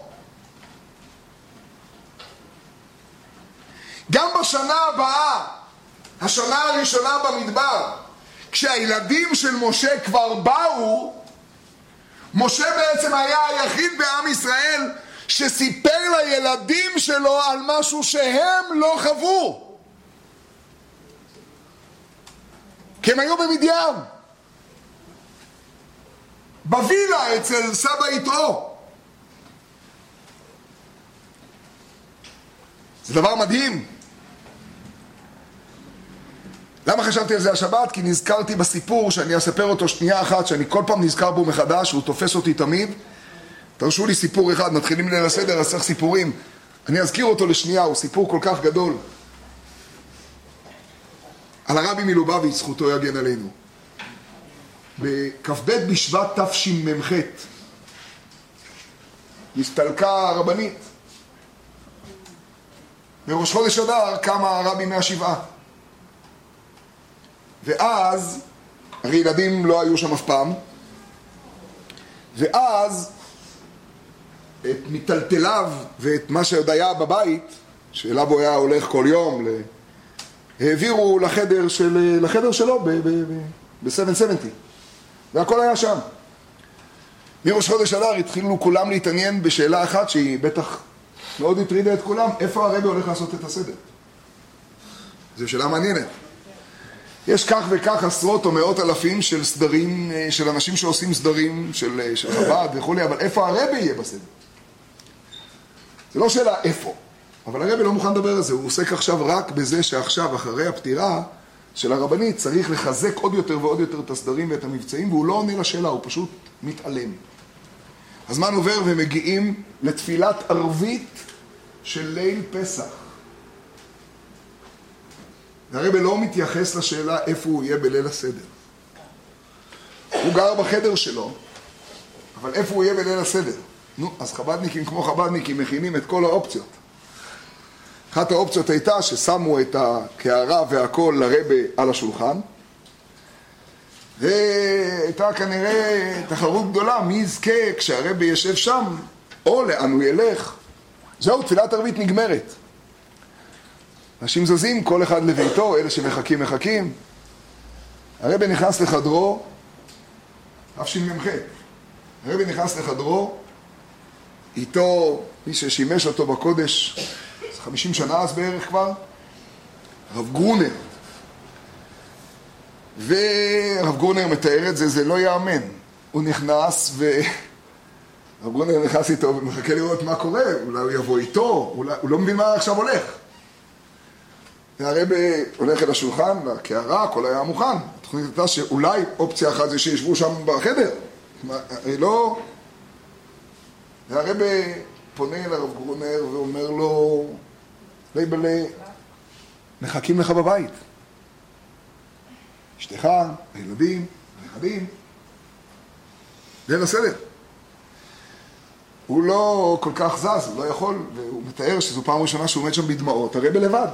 גם בשנה הבאה, השנה הראשונה במדבר, כשהילדים של משה כבר באו, משה בעצם היה היחיד בעם ישראל שסיפר לילדים שלו על משהו שהם לא חוו. כי הם היו במדיין. בווילה אצל סבא יתרו. זה דבר מדהים. למה חשבתי על זה השבת? כי נזכרתי בסיפור שאני אספר אותו שנייה אחת, שאני כל פעם נזכר בו מחדש, הוא תופס אותי תמיד. תרשו לי סיפור אחד, מתחילים ליל הסדר, אז צריך סיפורים. אני אזכיר אותו לשנייה, הוא סיפור כל כך גדול. על הרבי מלובביץ', זכותו יגן עלינו. בכ"ב בשבט תשמ"ח נסתלקה הרבנית. בראש חודש אדר קם הרבי מהשבעה. ואז, הרי ילדים לא היו שם אף פעם, ואז את מטלטליו ואת מה שעוד היה בבית, שאליו הוא היה הולך כל יום, העבירו לחדר, של, לחדר שלו ב-שבע שבעים, והכל היה שם. מראש חודש אדר התחילו כולם להתעניין בשאלה אחת שהיא בטח מאוד הטרידה את כולם, איפה הרבי הולך לעשות את הסדר? זו שאלה מעניינת. יש כך וכך עשרות או מאות אלפים של סדרים, של אנשים שעושים סדרים של, של חב"ד וכו', אבל איפה הרבי יהיה בסדר? זה לא שאלה איפה, אבל הרבי לא מוכן לדבר על זה, הוא עוסק עכשיו רק בזה שעכשיו, אחרי הפטירה של הרבנית, צריך לחזק עוד יותר ועוד יותר את הסדרים ואת המבצעים, והוא לא עונה לשאלה, הוא פשוט מתעלם. הזמן עובר ומגיעים לתפילת ערבית של ליל פסח. הרבי לא מתייחס לשאלה איפה הוא יהיה בליל הסדר. הוא גר בחדר שלו, אבל איפה הוא יהיה בליל הסדר? נו, אז חב"דניקים כמו חב"דניקים מכינים את כל האופציות. אחת האופציות הייתה ששמו את הקערה והכל לרבי על השולחן, והייתה כנראה תחרות גדולה, מי יזכה כשהרבי ישב שם, או לאן הוא ילך. זהו, תפילת ערבית נגמרת. אנשים זזים, כל אחד לביתו, אלה שמחכים מחכים. הרבי נכנס לחדרו, תשמ"ח. הרבי נכנס לחדרו, איתו מי ששימש אותו בקודש, חמישים שנה אז בערך כבר, הרב גרונר. והרב גרונר מתאר את זה, זה לא יאמן. הוא נכנס ו... הרב גרונר נכנס איתו ומחכה לראות מה קורה, אולי הוא יבוא איתו, אולי... הוא לא מבין מה עכשיו הולך. והרבי הולך אל השולחן, לקערה, הכל היה מוכן. התוכנית הייתה שאולי אופציה אחת זה שישבו שם בחדר. הרי לא... והרבי פונה אל הרב גרונר ואומר לו, לייבלה, מחכים לך בבית. אשתך, הילדים, הנכדים. ליל הסדר. הוא לא כל כך זז, הוא לא יכול, והוא מתאר שזו פעם ראשונה שהוא עומד שם בדמעות, הרב לבד.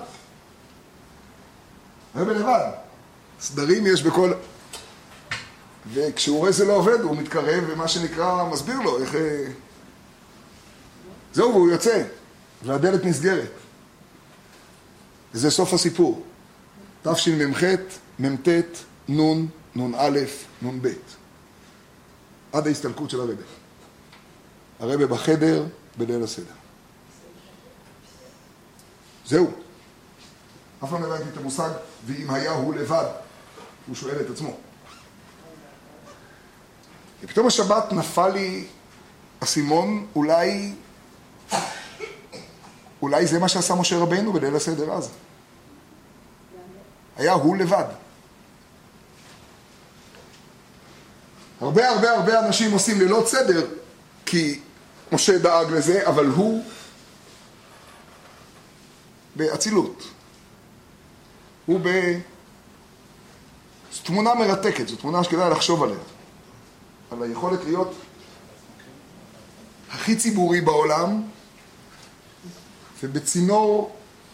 הרב לבד. סדרים יש בכל... וכשהוא רואה זה לא עובד, הוא מתקרב, ומה שנקרא, מסביר לו איך... זהו, והוא יוצא, והדלת נסגרת. וזה סוף הסיפור. תשמ"ח, מ"ט, נ', נ"א, נ"ב. עד ההסתלקות של הרב. הרב בחדר, בליל הסדר. זהו. אף פעם לא הבנתי את המושג, ואם היה הוא לבד, הוא שואל את עצמו. ופתאום השבת נפל לי הסימון, אולי, אולי זה מה שעשה משה רבנו בליל הסדר אז. היה הוא לבד. הרבה הרבה הרבה אנשים עושים לילות סדר, כי משה דאג לזה, אבל הוא באצילות. הוא ב... זו תמונה מרתקת, זו תמונה שכדאי לחשוב עליה. על היכולת להיות הכי ציבורי בעולם, ובצינור,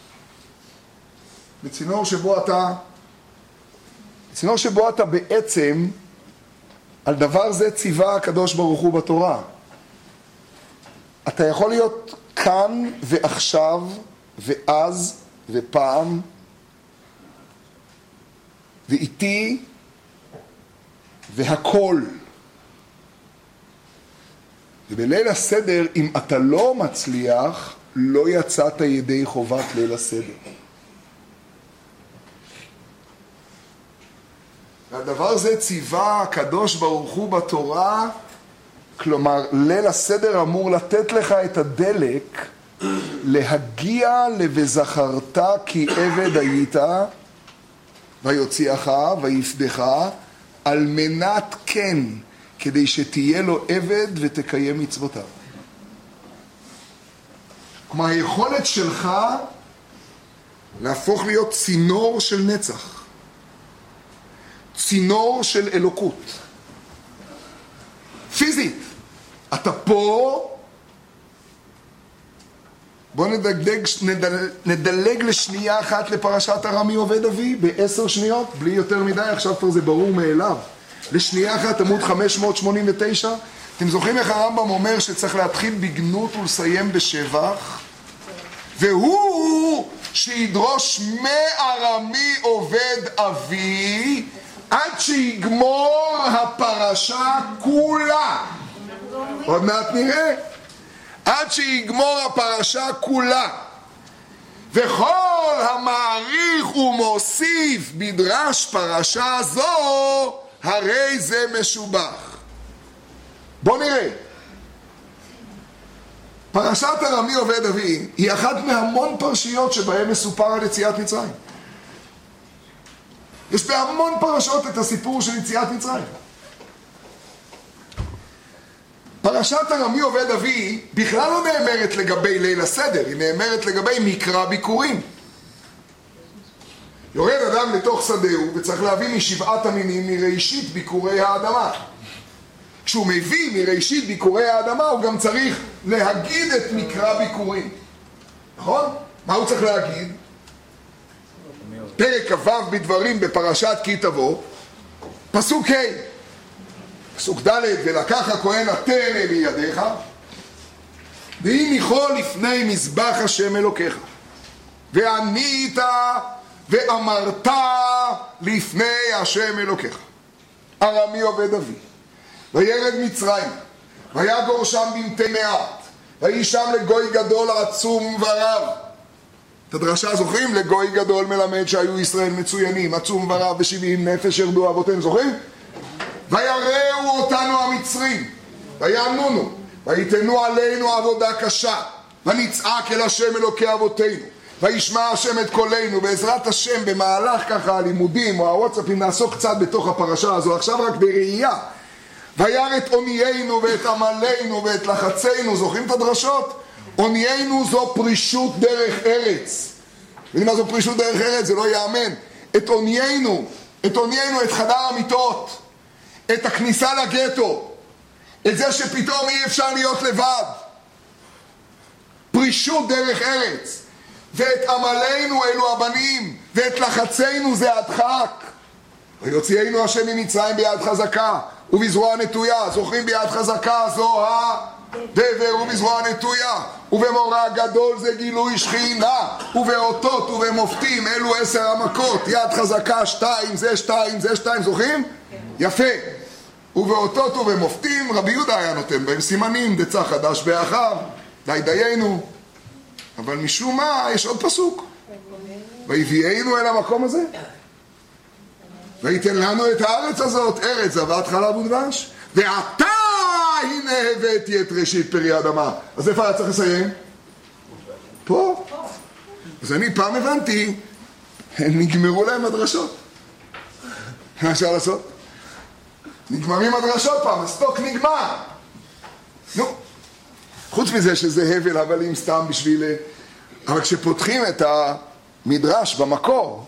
בצינור שבו אתה, בצינור שבו אתה בעצם, על דבר זה ציווה הקדוש ברוך הוא בתורה. אתה יכול להיות כאן ועכשיו ואז ופעם ואיתי והכל. ובליל הסדר, אם אתה לא מצליח, לא יצאת ידי חובת ליל הסדר. והדבר זה ציווה הקדוש ברוך הוא בתורה, כלומר, ליל הסדר אמור לתת לך את הדלק להגיע לבזכרת כי עבד היית, ויוציאך ויפדך, על מנת כן, כדי שתהיה לו עבד ותקיים מצוותיו. כלומר, היכולת שלך להפוך להיות צינור של נצח. צינור של אלוקות. פיזית. אתה פה, בוא נדלג, נדלג, נדלג לשנייה אחת לפרשת ארמי עובד אבי, בעשר שניות, בלי יותר מדי, עכשיו כבר זה ברור מאליו. לשנייה אחת, עמוד חמש מאות שמונים ותשע. אתם זוכרים איך הרמב"ם אומר שצריך להתחיל בגנות ולסיים בשבח? והוא שידרוש מארמי עובד אבי עד שיגמור הפרשה כולה. עוד מעט נראה. עד שיגמור הפרשה כולה. וכל המעריך ומוסיף בדרש פרשה זו, הרי זה משובח. בוא נראה. פרשת ארמי עובד אבי היא אחת מהמון פרשיות שבהן מסופר על יציאת מצרים. יש בהמון פרשות את הסיפור של יציאת מצרים. פרשת ארמי עובד אבי בכלל לא נאמרת לגבי ליל הסדר, היא נאמרת לגבי מקרא ביקורים. יורד אדם לתוך שדהו וצריך להביא משבעת המינים מראשית ביקורי האדמה. כשהוא מביא מראשית ביקורי האדמה הוא גם צריך להגיד את מקרא ביקורים. נכון? מה הוא צריך להגיד? פרק כ"ו בדברים בפרשת כי תבוא, פסוק ה', פסוק ד', ולקח הכהן התן אל ידיך, והניחו לפני מזבח השם אלוקיך, וענית ואמרת לפני השם אלוקיך. ארמי עובד אבי, וירד מצרים, ויגור שם במתי מעט, ויהי שם לגוי גדול עצום ורב. את הדרשה זוכרים? לגוי גדול מלמד שהיו ישראל מצוינים, עצום ורב בשבעים נפש ירדו אבותיהם, זוכרים? ויראו אותנו המצרים, ויענונו, ויתנו עלינו עבודה קשה, ונצעק אל השם אלוקי אבותינו, וישמע השם את קולנו. בעזרת השם במהלך ככה הלימודים או הוואטסאפים נעסוק קצת בתוך הפרשה הזו, עכשיו רק בראייה. וירא את עוניינו ואת עמלנו ואת לחצינו, זוכרים את הדרשות? עוניינו זו פרישות דרך ארץ. יודעים מה זו פרישות דרך ארץ? זה לא יאמן. את עוניינו, את עוניינו, את חדר המיטות, את הכניסה לגטו, את זה שפתאום אי אפשר להיות לבד. פרישות דרך ארץ. ואת עמלנו אלו הבנים, ואת לחצינו זה הדחק. ויוציאנו השם ממצרים ביד חזקה, ובזרוע נטויה. זוכרים ביד חזקה זו הדבר, ובזרוע נטויה. ובמורא גדול זה גילוי שכינה, ובאותות ובמופתים אלו עשר המכות. יד חזקה שתיים, זה שתיים, זה שתיים, זוכרים? יפה. ובאותות ובמופתים רבי יהודה היה נותן בהם סימנים, דצה חדש באחיו, די דיינו. אבל משום מה יש עוד פסוק, ויביאנו אל המקום הזה ויתן לנו את הארץ הזאת, ארץ זבת חלב ודבש, ועתה הנה הבאתי את ראשית פרי האדמה. אז איפה היה צריך לסיים? פה. אז אני פעם הבנתי, נגמרו להם הדרשות. מה אפשר לעשות? נגמרים הדרשות פעם, הסטוק נגמר. נו, חוץ מזה שזה הבל הבלים סתם בשביל... אבל כשפותחים את המדרש במקור,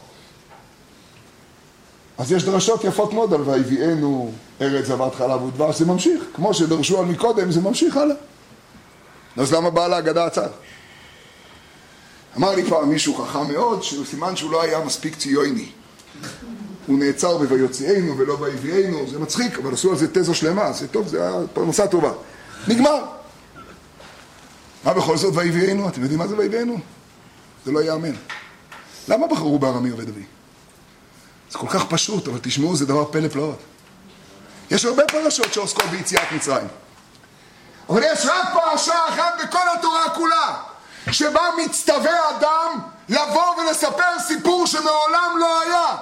אז יש דרשות יפות מאוד על ויביאנו ארץ זבת חלב ודבש. זה ממשיך, כמו שדרשו על מקודם, זה ממשיך הלאה. אז למה בא להגדה הצד? אמר לי פעם מישהו חכם מאוד, שהוא סימן שהוא לא היה מספיק ציוני. הוא נעצר בויוציאנו ולא ויביאנו, זה מצחיק, אבל עשו על זה תזה שלמה, זה טוב, זה היה פרנסה טובה. נגמר. מה בכל זאת ויביאנו? אתם יודעים מה זה ויביאנו? זה לא יאמן. למה בחרו בארמי עובד אבי? זה כל כך פשוט, אבל תשמעו, זה דבר פלא פלאות. יש הרבה פרשות שעוסקות ביציאת מצרים. אבל יש רק פרשה אחת בכל התורה כולה, שבה מצטווה אדם לבוא ולספר סיפור שמעולם לא היה.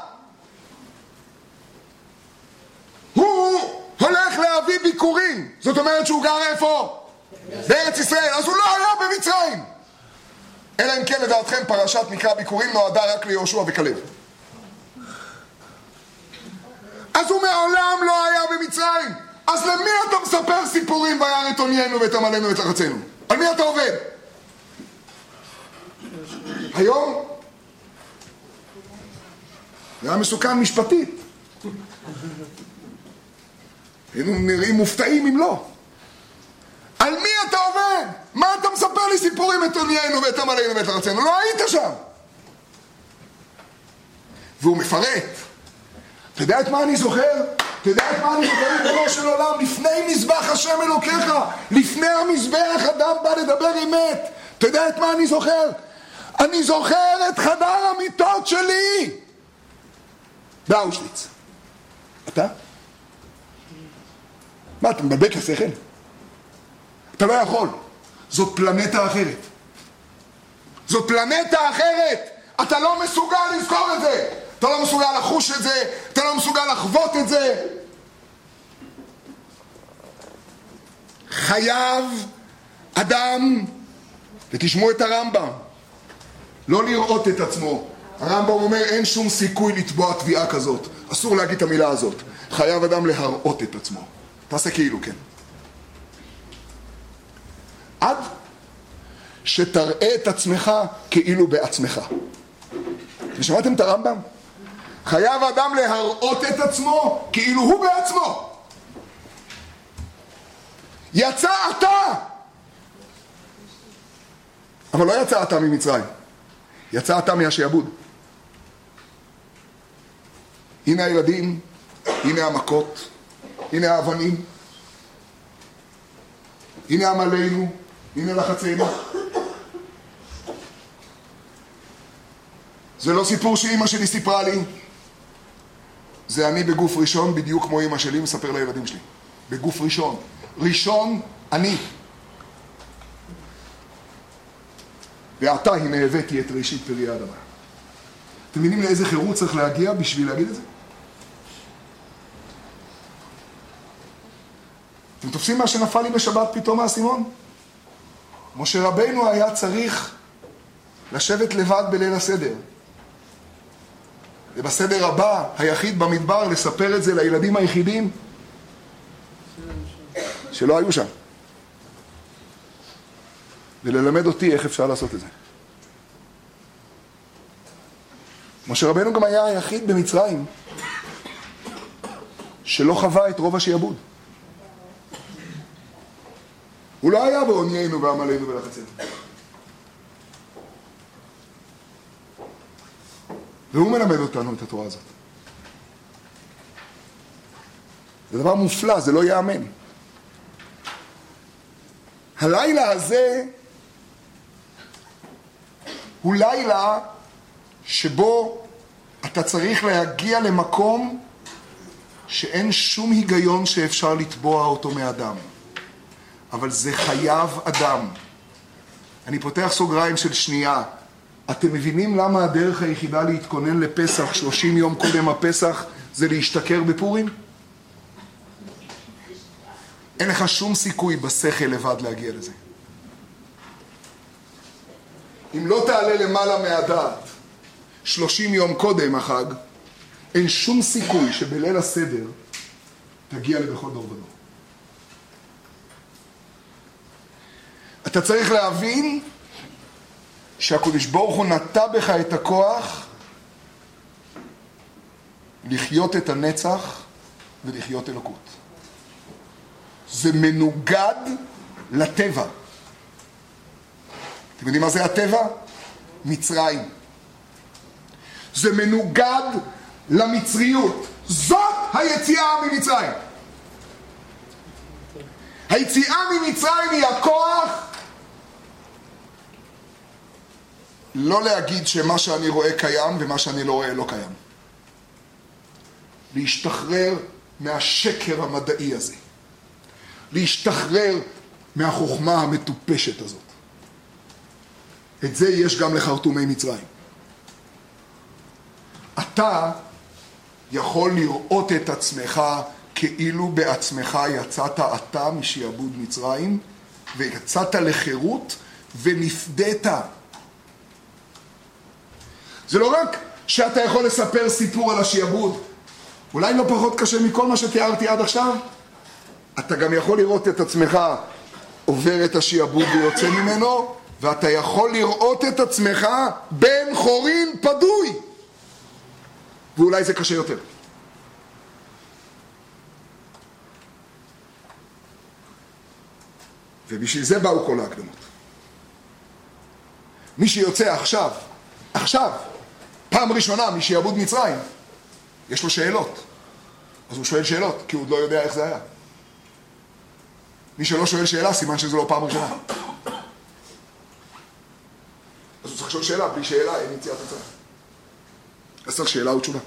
הוא הולך להביא ביקורים. זאת אומרת שהוא גר איפה? בארץ ישראל. אז הוא לא היה במצרים. אלא אם כן לדעתכם פרשת מקרא ביקורים נועדה רק ליהושע וכלב. אז הוא מעולם לא היה במצרים. אז למי אתה מספר סיפורים וירא את עוניינו ואת עמלנו ואת לחצינו? על מי אתה עובד? היום זה היה מסוכן משפטית. היינו נראים מופתעים אם לא. על מי אתה עובד? מה אתה מספר לי סיפורים את עוניינו ואת עמלנו ואת לחצינו? לא היית שם. והוא מפרט. אתה יודע את מה אני זוכר? אתה יודע את מה אני זוכר בנו של עולם? לפני מזבח השם אלוקיך, לפני המזבח אדם בא לדבר אמת. אתה יודע את מה אני זוכר? אני זוכר את חדר המיטות שלי באושוויץ. אתה? מה, אתה מבלבל את השכל? אתה לא יכול. זאת פלנטה אחרת. זאת פלנטה אחרת. אתה לא מסוגל לזכור את זה. אתה לא מסוגל לחוש את זה. אתה לא מסוגל לחוות את זה. חייב אדם, ותשמעו את הרמב"ם, לא לראות את עצמו. הרמב"ם אומר אין שום סיכוי לתבוע תביעה כזאת. אסור להגיד את המילה הזאת. חייב אדם להראות את עצמו. תעשה כאילו, כן. עד שתראה את עצמך כאילו בעצמך. ושמעתם את הרמב"ם? חייב אדם להראות את עצמו כאילו הוא בעצמו. יצא אתה, אבל לא יצא אתה ממצרים, יצא אתה מהשעבוד. הנה הילדים, הנה המכות, הנה האבנים, הנה עמלנו, הנה לחצינו. זה לא סיפור שאמא שלי סיפרה לי, זה אני בגוף ראשון, בדיוק כמו אמא שלי מספר לילדים שלי. בגוף ראשון. ראשון, אני. ועתה הנה הבאתי את ראשית פרי האדמה. אתם מבינים לאיזה חירות צריך להגיע בשביל להגיד את זה? אתם תופסים מה שנפל לי בשבת פתאום מהסימון? משה רבינו היה צריך לשבת לבד בליל הסדר. ובסדר הבא, היחיד במדבר, לספר את זה לילדים היחידים שלא היו שם. וללמד אותי איך אפשר לעשות את זה. משה רבנו גם היה היחיד במצרים שלא חווה את רוב השיעבוד. הוא לא היה בעוניינו ועמלנו ולחצנו. והוא מלמד אותנו את התורה הזאת. זה דבר מופלא, זה לא יאמן. הלילה הזה הוא לילה שבו אתה צריך להגיע למקום שאין שום היגיון שאפשר לתבוע אותו מאדם. אבל זה חייב אדם. אני פותח סוגריים של שנייה. אתם מבינים למה הדרך היחידה להתכונן לפסח, שלושים יום קודם הפסח, זה להשתכר בפורים? אין לך שום סיכוי בשכל לבד להגיע לזה. אם לא תעלה למעלה מהדעת, שלושים יום קודם החג, אין שום סיכוי שבליל הסדר תגיע לבכל דור ודור. אתה צריך להבין שהקדוש ברוך הוא נטע בך את הכוח לחיות את הנצח ולחיות אלוקות. זה מנוגד לטבע. אתם יודעים מה זה הטבע? מצרים. זה מנוגד למצריות. זאת היציאה ממצרים. היציאה ממצרים היא הכוח לא להגיד שמה שאני רואה קיים ומה שאני לא רואה לא קיים. להשתחרר מהשקר המדעי הזה. להשתחרר מהחוכמה המטופשת הזאת. את זה יש גם לחרטומי מצרים. אתה יכול לראות את עצמך כאילו בעצמך יצאת אתה משעבוד מצרים ויצאת לחירות ונפדית. זה לא רק שאתה יכול לספר סיפור על השעבוד, אולי לא פחות קשה מכל מה שתיארתי עד עכשיו. אתה גם יכול לראות את עצמך עובר את השעבוד ויוצא ממנו, ואתה יכול לראות את עצמך בן חורין פדוי, ואולי זה קשה יותר. ובשביל זה באו כל ההקדמות. מי שיוצא עכשיו, עכשיו, פעם ראשונה משעבוד מצרים, יש לו שאלות. אז הוא שואל שאלות, כי הוא עוד לא יודע איך זה היה. מי שלא שואל שאלה, סימן שזה לא פעם ראשונה. אז הוא צריך לשאול שאלה, בלי שאלה אין יציאת מצרים. אז צריך שאלה ותשובה.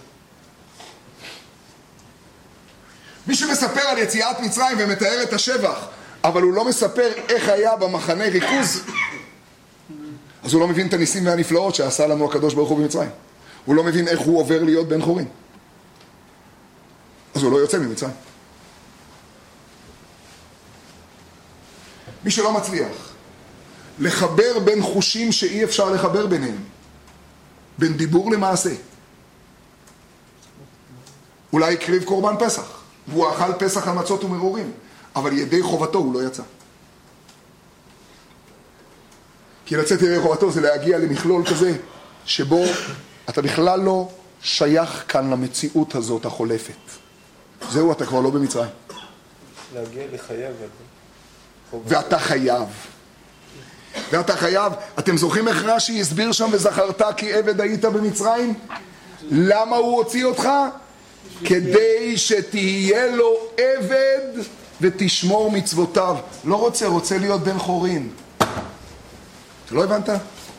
מי שמספר על יציאת מצרים ומתאר את השבח, אבל הוא לא מספר איך היה במחנה ריכוז, אז הוא לא מבין את הניסים והנפלאות שעשה לנו הקדוש ברוך הוא במצרים. הוא לא מבין איך הוא עובר להיות בן חורין. אז הוא לא יוצא ממצרים. מי שלא מצליח לחבר בין חושים שאי אפשר לחבר ביניהם, בין דיבור למעשה, אולי הקריב קורבן פסח, והוא אכל פסח על מצות ומרורים, אבל ידי חובתו הוא לא יצא. כי לצאת ידי חובתו זה להגיע למכלול כזה שבו אתה בכלל לא שייך כאן למציאות הזאת החולפת. זהו, אתה כבר לא במצרים. להגיע לחייב. ואתה חייב. ואתה חייב. אתם זוכרים איך רש"י הסביר שם וזכרת כי עבד היית במצרים? למה הוא הוציא אותך? כדי שתהיה לו עבד ותשמור מצוותיו. לא רוצה, רוצה להיות בן חורין. אתה לא הבנת?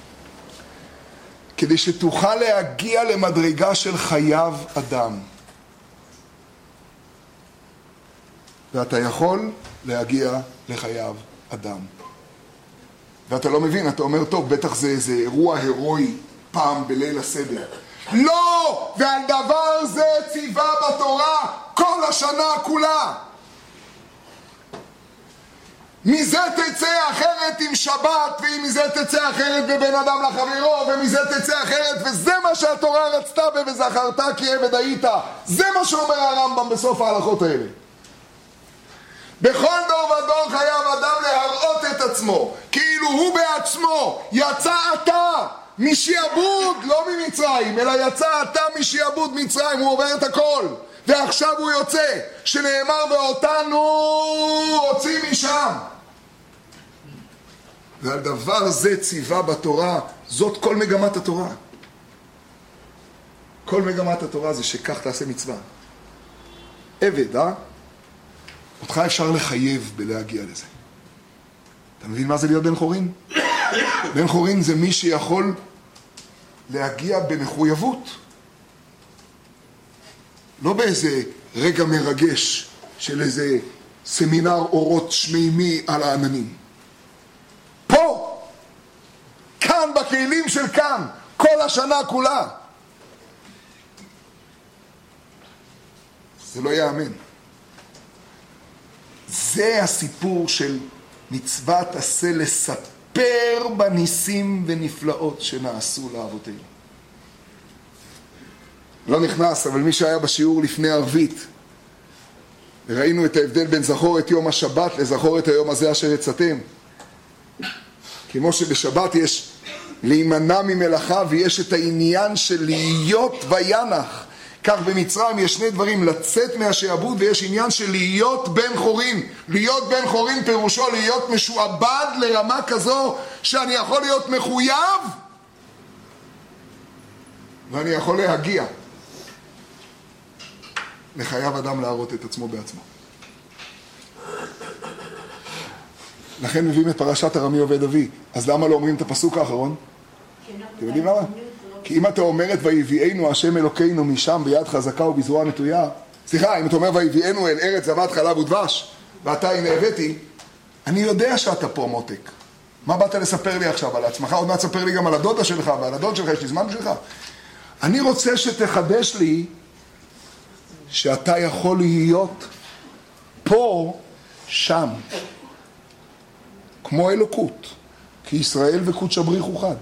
כדי שתוכל להגיע למדרגה של חייב אדם. ואתה יכול להגיע לחייב אדם. ואתה לא מבין, אתה אומר, טוב, בטח זה איזה אירוע הירואי פעם בליל הסדר. לא! ועל דבר זה ציווה בתורה כל השנה כולה. מזה תצא אחרת עם שבת, ומזה תצא אחרת בבין אדם לחברו, ומזה תצא אחרת, וזה מה שהתורה רצתה וזכרת כי עבד היית. זה מה שאומר הרמב"ם בסוף ההלכות האלה. בכל דור ודור חייב אדם להראות את עצמו כאילו כאילו הוא בעצמו יצא עתה משעבוד, לא ממצרים, אלא יצא עתה משעבוד מצרים, הוא עובר את הכל, ועכשיו הוא יוצא, שנאמר ואותנו הוציא משם. ועל דבר זה ציווה בתורה, זאת כל מגמת התורה. כל מגמת התורה זה שכך תעשה מצווה. עבד, אה? אותך אפשר לחייב בלהגיע לזה. אתה מבין מה זה להיות בן חורין? בן חורין זה מי שיכול להגיע במחויבות. לא באיזה רגע מרגש של איזה סמינר אורות שמימי על העננים. פה, כאן בכלים של כאן, כל השנה כולה. זה לא יאמן. זה הסיפור של מצוות עשה לספר בניסים ונפלאות שנעשו לאבותינו. לא נכנס, אבל מי שהיה בשיעור לפני ערבית, ראינו את ההבדל בין זכור את יום השבת לזכור את היום הזה אשר יצאתם. כמו שבשבת יש להימנע ממלאכה ויש את העניין של להיות וינח. כך במצרים יש שני דברים, לצאת מהשעבוד, ויש עניין של להיות בן חורין. להיות בן חורין פירושו להיות משועבד לרמה כזו שאני יכול להיות מחויב ואני יכול להגיע. לחייב אדם להראות את עצמו בעצמו. לכן מביאים את פרשת ארמי עובד אבי. אז למה לא אומרים את הפסוק האחרון? אתם יודעים למה? כי אם אתה אומרת ויביאנו השם אלוקינו משם ביד חזקה ובזרוע נטויה, סליחה, אם אתה אומר ויביאנו אל ארץ זבת חלב ודבש ואתה הנה הבאתי, אני יודע שאתה פה מותק. מה באת לספר לי עכשיו על עצמך? עוד מעט תספר לי גם על הדודה שלך ועל הדוד שלך, יש לי זמן בשבילך. אני רוצה שתחדש לי שאתה יכול להיות פה, שם, כמו אלוקות, כי ישראל וקודש הבריך הוא חד.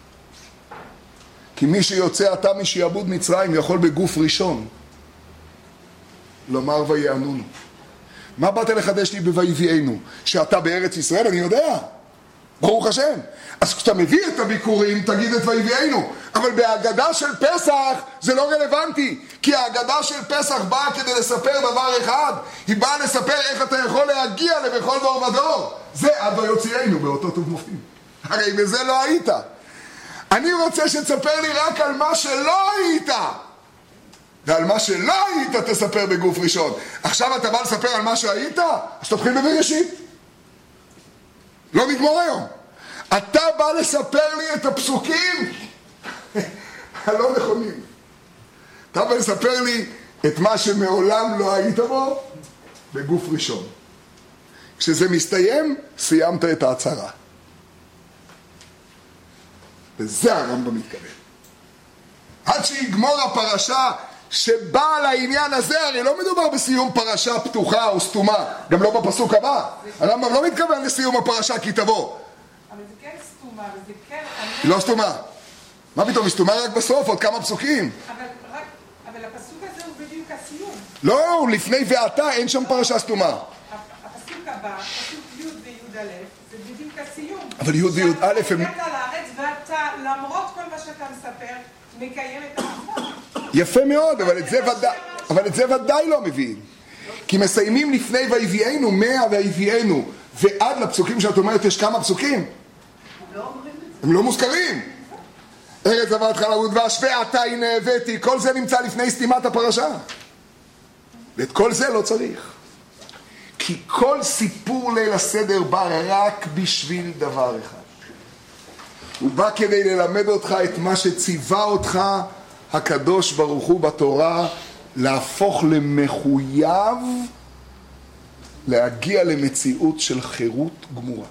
כי מי שיוצא עתה משעבוד מצרים יכול בגוף ראשון לומר ויענונו. מה באת לחדש לי בויביאנו? שאתה בארץ ישראל? אני יודע, ברוך השם. אז כשאתה מביא את הביקורים תגיד את ויביאנו, אבל בהגדה של פסח זה לא רלוונטי, כי ההגדה של פסח באה כדי לספר דבר אחד, היא באה לספר איך אתה יכול להגיע לבכל דור ודור. זה עד ויוציאנו באותו טוב מופתים. הרי בזה לא היית. אני רוצה שתספר לי רק על מה שלא היית, ועל מה שלא היית תספר בגוף ראשון. עכשיו אתה בא לספר על מה שהיית? אז תתחיל בבראשית. לא נגמור היום. אתה בא לספר לי את הפסוקים הלא נכונים. אתה בא לספר לי את מה שמעולם לא היית בו בגוף ראשון. כשזה מסתיים, סיימת את ההצהרה. וזה הרמב"ם מתכוון. עד שיגמור הפרשה שבאה לעניין הזה, הרי לא מדובר בסיום פרשה פתוחה או סתומה, גם לא בפסוק הבא. הרמב"ם לא מתכוון לסיום הפרשה כי תבוא. אבל זה כן סתומה, וזה כן... היא לא סתומה. מה פתאום, היא סתומה רק בסוף, עוד כמה פסוקים. אבל רק... אבל הפסוק הזה הוא בדיוק הסיום. לא, הוא לפני ועתה, אין שם פרשה סתומה. הפסוק הבא, פסוק י' וי' א', זה בדיוק הסיום. אבל י' וי' א' הם... הגעת לארץ ואתה, למרות כל מה שאתה מספר, מקיים את המצוות. יפה מאוד, אבל את זה ודאי, אבל את זה ודאי לא מביאים. כי מסיימים לפני ויביאנו, מאה ויביאנו, ועד לפסוקים שאת אומרת יש כמה פסוקים. הם לא מוזכרים. ארץ זבת חלב ודבש ועתה הנה הבאתי, כל זה נמצא לפני סתימת הפרשה. ואת כל זה לא צריך. כי כל סיפור ליל הסדר בא רק בשביל דבר אחד. הוא בא כדי ללמד אותך את מה שציווה אותך הקדוש ברוך הוא בתורה, להפוך למחויב, להגיע למציאות של חירות גמורה.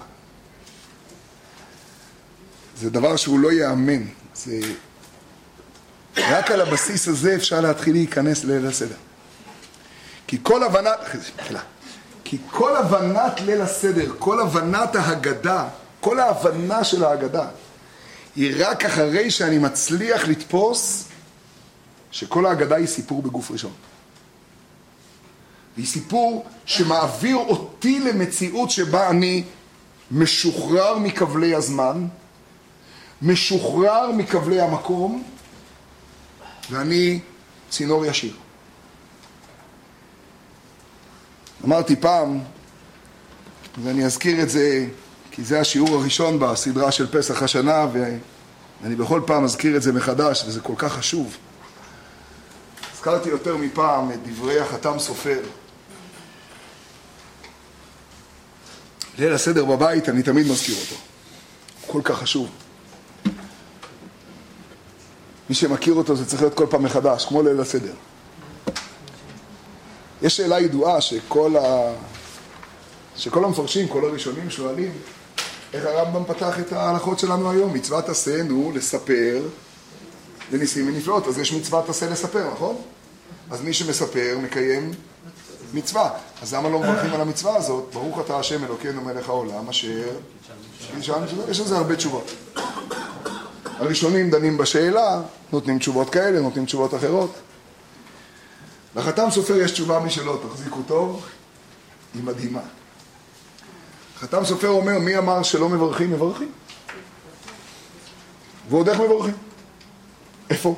זה דבר שהוא לא יאמן. זה... רק על הבסיס הזה אפשר להתחיל להיכנס ליל הסדר. כי כל הבנת... כי כל הבנת ליל הסדר, כל הבנת ההגדה, כל ההבנה של ההגדה, היא רק אחרי שאני מצליח לתפוס שכל ההגדה היא סיפור בגוף ראשון. והיא סיפור שמעביר אותי למציאות שבה אני משוחרר מכבלי הזמן, משוחרר מכבלי המקום, ואני צינור ישיר. אמרתי פעם, ואני אזכיר את זה, כי זה השיעור הראשון בסדרה של פסח השנה, ואני בכל פעם אזכיר את זה מחדש, וזה כל כך חשוב. הזכרתי יותר מפעם את דברי החתם סופר. ליל הסדר בבית, אני תמיד מזכיר אותו. כל כך חשוב. מי שמכיר אותו זה צריך להיות כל פעם מחדש, כמו ליל הסדר. יש שאלה ידועה שכל, ה... שכל המפרשים, כל הראשונים שואלים, איך הרמב"ם פתח את ההלכות שלנו היום? מצוות עשינו לספר לניסים ונפלאות. אז יש מצוות עשה לספר, נכון? אז מי שמספר מקיים מצווה. אז למה לא מברכים על המצווה הזאת? ברוך אתה השם אלוקינו מלך העולם, אשר... יש לזה הרבה תשובות. הראשונים דנים בשאלה, נותנים תשובות כאלה, נותנים תשובות אחרות. לחתם סופר יש תשובה משלו, תחזיקו טוב, היא מדהימה. חתם סופר אומר, מי אמר שלא מברכים? מברכים. ועוד איך מברכים? איפה?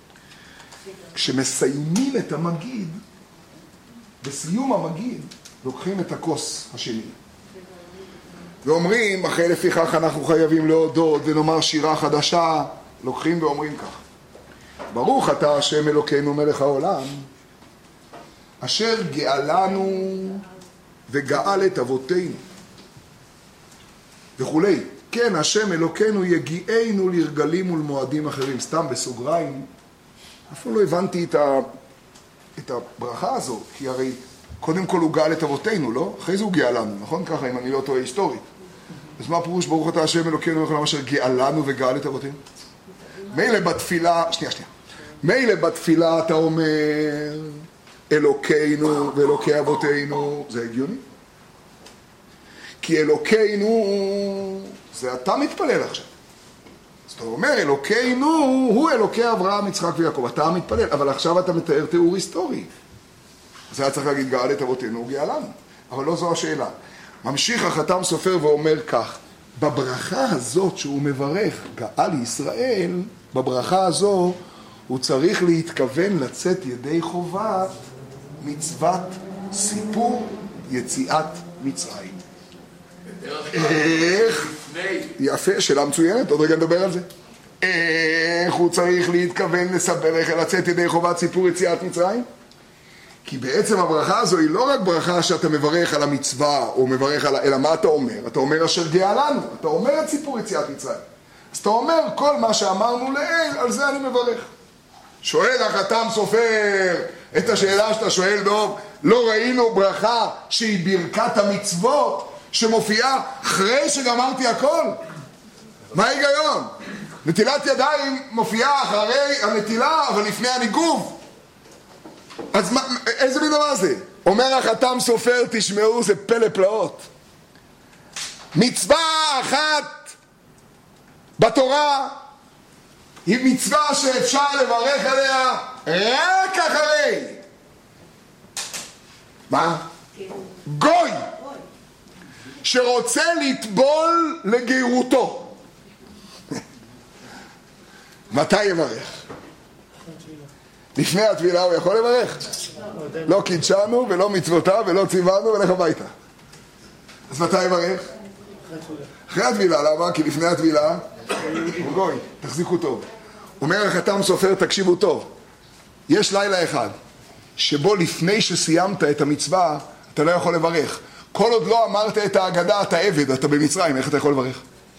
כשמסיימים את המגיד, בסיום המגיד, לוקחים את הכוס השני. ואומרים, אחרי לפיכך אנחנו חייבים להודות ונאמר שירה חדשה, לוקחים ואומרים כך. ברוך אתה השם אלוקינו מלך העולם, אשר גאלנו וגאל את אבותינו. וכולי. כן, השם אלוקינו יגיענו לרגלים ולמועדים אחרים. סתם בסוגריים, אף פעם לא הבנתי את, ה... את הברכה הזו, כי הרי קודם כל הוא גאל את אבותינו, לא? אחרי זה הוא גאלנו, נכון? ככה, אם אני לא טועה היסטורית. אז מה הפירוש ברוך אתה השם אלוקינו מלך העולם אשר גאלנו וגאל את אבותינו? מילא בתפילה, שנייה, שנייה. מילא בתפילה אתה אומר אלוקינו ואלוקי אבותינו, זה הגיוני? כי אלוקינו, זה אתה מתפלל עכשיו. אז אתה אומר, אלוקינו הוא אלוקי אברהם, יצחק ויעקב. אתה מתפלל, אבל עכשיו אתה מתאר תיאור היסטורי. אז היה צריך להגיד, גאל את אבותינו, הוא גאלנו. אבל לא זו השאלה. ממשיך החתם סופר ואומר כך, בברכה הזאת שהוא מברך גאל ישראל, בברכה הזו הוא צריך להתכוון לצאת ידי חובת מצוות סיפור יציאת מצרים. איך? יפה, שאלה מצוינת, עוד רגע נדבר על זה. איך הוא צריך להתכוון לסבר איך לצאת ידי חובת סיפור יציאת מצרים? כי בעצם הברכה הזו היא לא רק ברכה שאתה מברך על המצווה או מברך על... אלא מה אתה אומר? אתה אומר אשר גאלנו, אתה אומר את סיפור יציאת מצרים. אז אתה אומר כל מה שאמרנו לעיל, על זה אני מברך. שואל החתם סופר את השאלה שאתה שואל דוב, לא ראינו ברכה שהיא ברכת המצוות שמופיעה אחרי שגמרתי הכל? מה ההיגיון? נטילת ידיים מופיעה אחרי הנטילה אבל לפני הניגוב. אז מה, איזה מין דבר זה? אומר החתם סופר, תשמעו, זה פלא פלאות. מצווה אחת בתורה היא מצווה שאפשר לברך עליה רק אחרי. מה? גוי שרוצה לטבול לגירותו. מתי יברך? לפני הטבילה הוא יכול לברך? לא קידשנו ולא מצוותיו ולא ציוונו ולך הביתה. אז מתי יברך? אחרי הטבילה. למה? כי לפני הטבילה הוא גוי. תחזיקו טוב. אומר החתם סופר, תקשיבו טוב. יש לילה אחד שבו לפני שסיימת את המצווה אתה לא יכול לברך. כל עוד לא אמרת את ההגדה אתה עבד, אתה במצרים, איך אתה יכול לברך?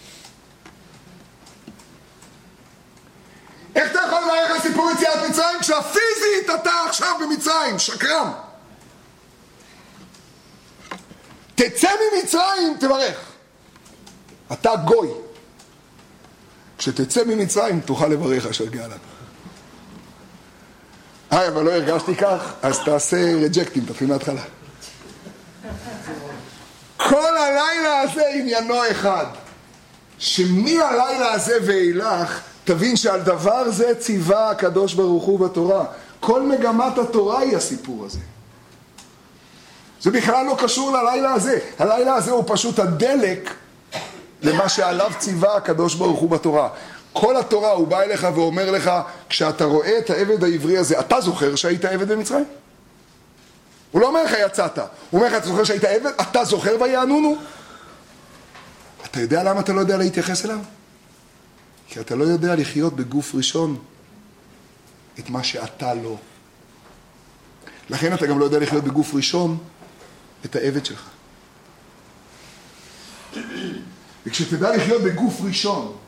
איך אתה יכול לברך על סיפור יציאת מצרים כשהפיזית אתה עכשיו במצרים? שקרן. תצא ממצרים, תברך. אתה גוי. כשתצא ממצרים תוכל לברך אשר גאלנו. היי, אבל לא הרגשתי כך, אז תעשה רג'קטים, תתחיל מההתחלה. כל הלילה הזה עניינו אחד, שמהלילה הזה ואילך תבין שעל דבר זה ציווה הקדוש ברוך הוא בתורה. כל מגמת התורה היא הסיפור הזה. זה בכלל לא קשור ללילה הזה. הלילה הזה הוא פשוט הדלק למה שעליו ציווה הקדוש ברוך הוא בתורה. כל התורה הוא בא אליך ואומר לך, כשאתה רואה את העבד העברי הזה, אתה זוכר שהיית עבד במצרים? הוא לא אומר לך יצאת, הוא אומר לך, אתה זוכר שהיית עבד? אתה זוכר ויענונו? אתה יודע למה אתה לא יודע להתייחס אליו? כי אתה לא יודע לחיות בגוף ראשון את מה שאתה לא. לכן אתה גם לא יודע לחיות בגוף ראשון את העבד שלך. וכשתדע לחיות בגוף ראשון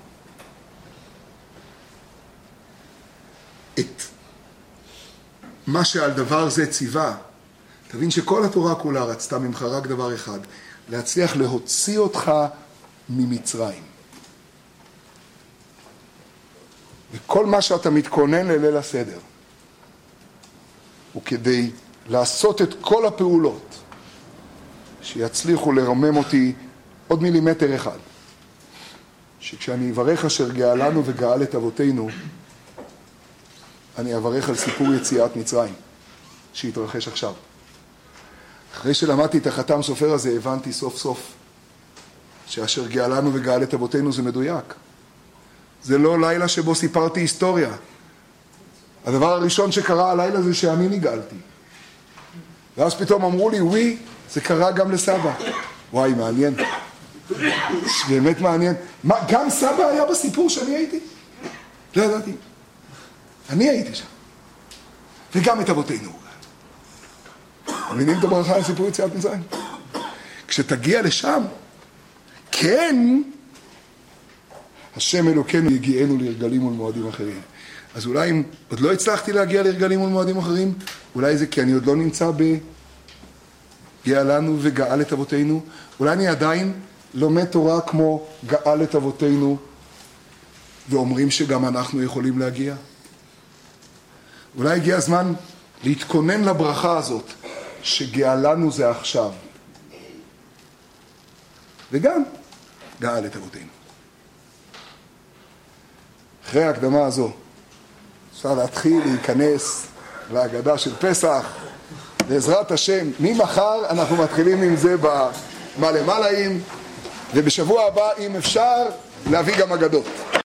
את מה שעל דבר זה ציווה, תבין שכל התורה כולה רצתה ממך רק דבר אחד, להצליח להוציא אותך ממצרים. וכל מה שאתה מתכונן לליל הסדר הוא כדי לעשות את כל הפעולות שיצליחו לרומם אותי עוד מילימטר אחד, שכשאני אברך אשר גאלנו וגאל את אבותינו, אני אברך על סיפור יציאת מצרים שהתרחש עכשיו. אחרי שלמדתי את החתם סופר הזה, הבנתי סוף סוף שאשר גאלנו וגאל את אבותינו זה מדויק. זה לא לילה שבו סיפרתי היסטוריה. הדבר הראשון שקרה הלילה זה שאני נגאלתי. ואז פתאום אמרו לי, ווי, זה קרה גם לסבא. וואי, מעניין. באמת מעניין. מה, גם סבא היה בסיפור שאני הייתי? לא ידעתי. אני הייתי שם. וגם את אבותינו. מבינים את הברכה על סיפור יציאת מצרים? כשתגיע לשם, כן, השם אלוקינו יגיענו לרגלים ולמועדים אחרים. אז אולי אם עוד לא הצלחתי להגיע לרגלים ולמועדים אחרים, אולי זה כי אני עוד לא נמצא בגאלנו וגאל את אבותינו. אולי אני עדיין לומד תורה כמו גאל את אבותינו, ואומרים שגם אנחנו יכולים להגיע. אולי הגיע הזמן להתכונן לברכה הזאת, שגאלנו זה עכשיו. וגם גאל את אבותינו. אחרי ההקדמה הזו, אפשר להתחיל להיכנס להגדה של פסח. בעזרת השם, ממחר אנחנו מתחילים עם זה במעלה מלאים, ובשבוע הבא, אם אפשר, להביא גם אגדות.